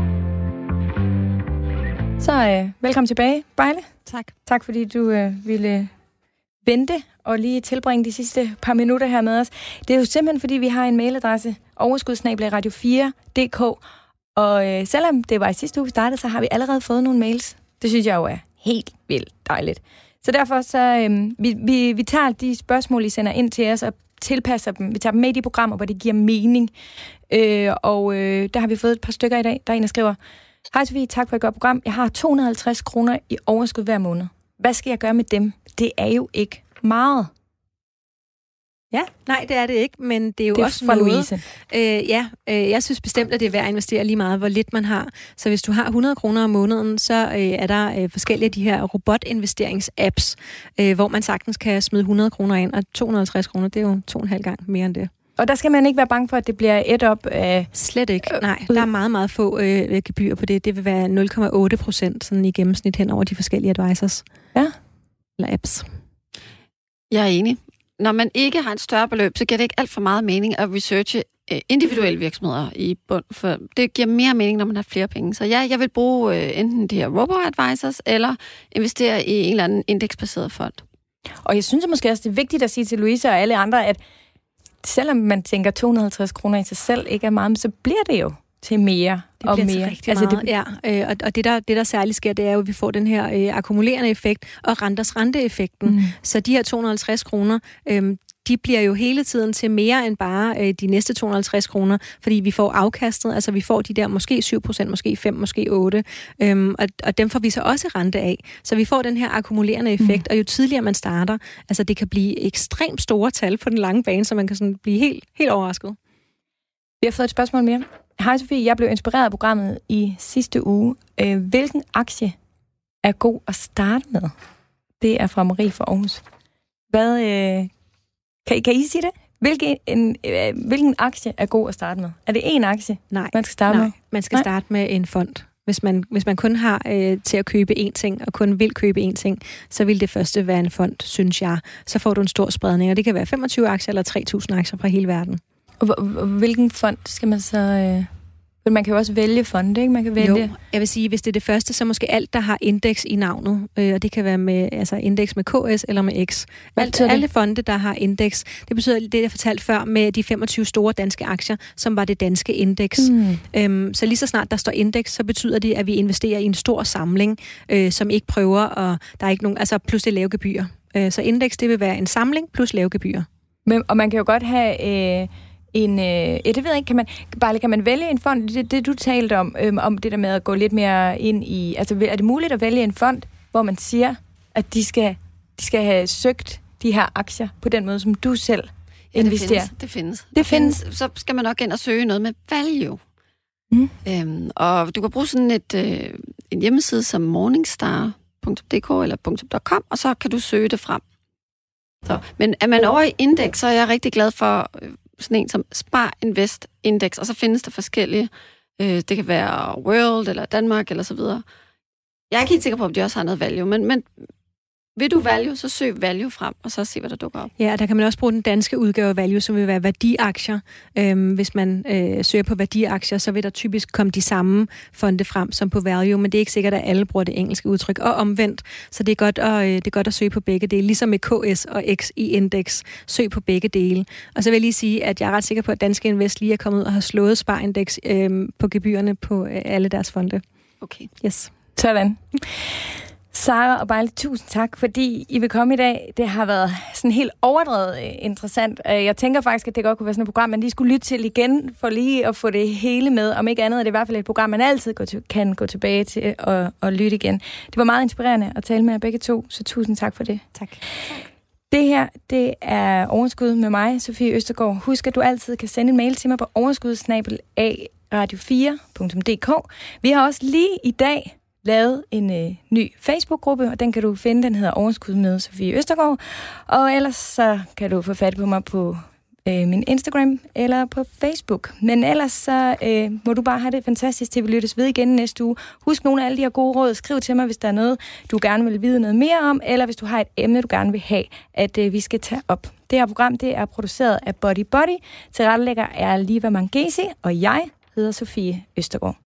Så øh, velkommen tilbage, Bejle. Tak. Tak fordi du øh, ville vente og lige tilbringe de sidste par minutter her med os. Det er jo simpelthen, fordi vi har en mailadresse, overskud snabel-a radio fire punktum d k, og øh, selvom det var i sidste uge, vi startede, så har vi allerede fået nogle mails. Det synes jeg jo er helt vildt dejligt. Så derfor så, øh, vi, vi, vi tager de spørgsmål, I sender ind til os, og tilpasser dem. Vi tager dem med i de programmer, hvor det giver mening. Øh, og øh, der har vi fået et par stykker i dag. Der er en, der skriver: Hej Sofie, tak for et godt program. Jeg har to hundrede og halvtreds kroner i overskud hver måned. Hvad skal jeg gøre med dem? Det er jo ikke meget. Ja, nej, det er det ikke, men det er jo det er også fra noget. Louise. Øh, ja, øh, jeg synes bestemt, at det er værd at investere lige meget, hvor lidt man har. Så hvis du har hundrede kroner om måneden, så øh, er der øh, forskellige af de her robotinvesteringsapps, øh, hvor man sagtens kan smide hundrede kroner ind, og to hundrede og halvtreds kroner, det er jo to og en halv gang mere end det. Og der skal man ikke være bange for, at det bliver et op af... Slet ikke. Nej, der er meget, meget få øh, gebyr på det. Det vil være nul komma otte procent sådan i gennemsnit hen over de forskellige advisors. Ja. Eller apps. Jeg er enig. Når man ikke har et større beløb, så giver det ikke alt for meget mening at researche individuelle virksomheder i bund, for det giver mere mening, når man har flere penge. Så ja, jeg vil bruge øh, enten de her robo-advisors, eller investere i en eller anden indeksbaseret fond. Og jeg synes måske også, det er vigtigt at sige til Louise og alle andre, at selvom man tænker to hundrede og halvtreds kroner i sig selv ikke er meget, så bliver det jo til mere det og bliver mere. Til rigtig altså, meget, det... ja. Øh, og, og det, der, det, der særligt sker, det er jo, at vi får den her øh, akkumulerende effekt og renters renteeffekten. Mm. Så de her to hundrede og halvtreds kroner, øh, de bliver jo hele tiden til mere end bare øh, de næste to hundrede og halvtreds kroner, fordi vi får afkastet, altså vi får de der måske syv procent, måske fem, måske otte, øhm, og, og dem får vi så også rente af. Så vi får den her akkumulerende effekt, mm. og jo tidligere man starter, altså det kan blive ekstremt store tal på den lange bane, så man kan sådan blive helt, helt overrasket. Vi har fået et spørgsmål mere. Hej Sofie, jeg blev inspireret af programmet i sidste uge. Øh, hvilken aktie er god at starte med? Det er fra Marie fra Aarhus. Hvad... Øh Kan, kan I sige det? Hvilken, en, øh, hvilken aktie er god at starte med? Er det én aktie, Nej. man skal starte Nej. med? Man skal Nej. starte med en fond. Hvis man, hvis man kun har øh, til at købe én ting, og kun vil købe én ting, så vil det første være en fond, synes jeg. Så får du en stor spredning, og det kan være femogtyve aktier eller tre tusind aktier fra hele verden. Og hvilken fond skal man så... Øh Man kan jo også vælge fonde, ikke? Man kan vælge... Jo, jeg vil sige, hvis det er det første, så måske alt, der har indeks i navnet. Øh, og det kan være med altså indeks med K S eller med X. Alt, alle fonde, der har indeks. Det betyder det, jeg fortalte før med de femogtyve store danske aktier, som var det danske indeks. Mm. Øhm, så lige så snart der står indeks, så betyder det, at vi investerer i en stor samling, øh, som ikke prøver, og der er ikke nogen... Altså plus det lave gebyr. Øh, så indeks, det vil være en samling plus lave gebyr. Men, og man kan jo godt have øh, en... Øh, ja, det ved jeg ikke. Kan man, bare, kan man vælge en fond? Det, det du talte om, øh, om det der med at gå lidt mere ind i... Altså, er det muligt at vælge en fond, hvor man siger, at de skal, de skal have søgt de her aktier på den måde, som du selv ja, investerer? Det findes. Det findes. Det findes. findes. Så skal man nok ind og søge noget med value. Mm. Øhm, og du kan bruge sådan et, øh, en hjemmeside som morningstar punktum d k eller .com, og så kan du søge det frem. Så, men er man over i indeks, så er jeg rigtig glad for øh, sådan en som Spar Invest Index, og så findes der forskellige. Øh, det kan være World eller Danmark eller så videre. Jeg er ikke helt sikker på, om de også har noget value, men, men vil du value, så søg value frem, og så se, hvad der dukker op. Ja, der kan man også bruge den danske udgave af value, som vil være værdiaktier. Øhm, hvis man øh, søger på værdiaktier, så vil der typisk komme de samme fonde frem som på value, men det er ikke sikkert, at alle bruger det engelske udtryk, og omvendt. Så det er godt at, øh, det er godt at søge på begge dele, ligesom med K S og X i Index. Søg på begge dele. Og så vil jeg lige sige, at jeg er ret sikker på, at Danske Invest lige er kommet ud og har slået Spar Index øh, på gebyrerne på øh, alle deres fonde. Okay. Yes. Sådan. Sara og Bejle, tusind tak, fordi I vil komme i dag. Det har været sådan helt overdrevet interessant. Jeg tænker faktisk, at det godt kunne være sådan et program, man lige skulle lytte til igen, for lige at få det hele med. Om ikke andet er det i hvert fald et program, man altid kan gå tilbage til og, og lytte igen. Det var meget inspirerende at tale med jer begge to, så tusind tak for det. Tak. Det her, det er Overskud med mig, Sofie Østergaard. Husk, at du altid kan sende en mail til mig på overskud snabel a radio fire punktum d k. Vi har også lige i dag lavet en øh, ny Facebook-gruppe, og den kan du finde. Den hedder Overskud med Sofie Østergaard. Og ellers så kan du få fat på mig på øh, min Instagram eller på Facebook. Men ellers så øh, må du bare have det fantastisk til, vi lyttes ved igen næste uge. Husk nogle af alle de her gode råd. Skriv til mig, hvis der er noget, du gerne vil vide noget mere om, eller hvis du har et emne, du gerne vil have, at øh, vi skal tage op. Det her program, det er produceret af Body Body. Tilrettelægger er Liva Mangesi, og jeg hedder Sofie Østergaard.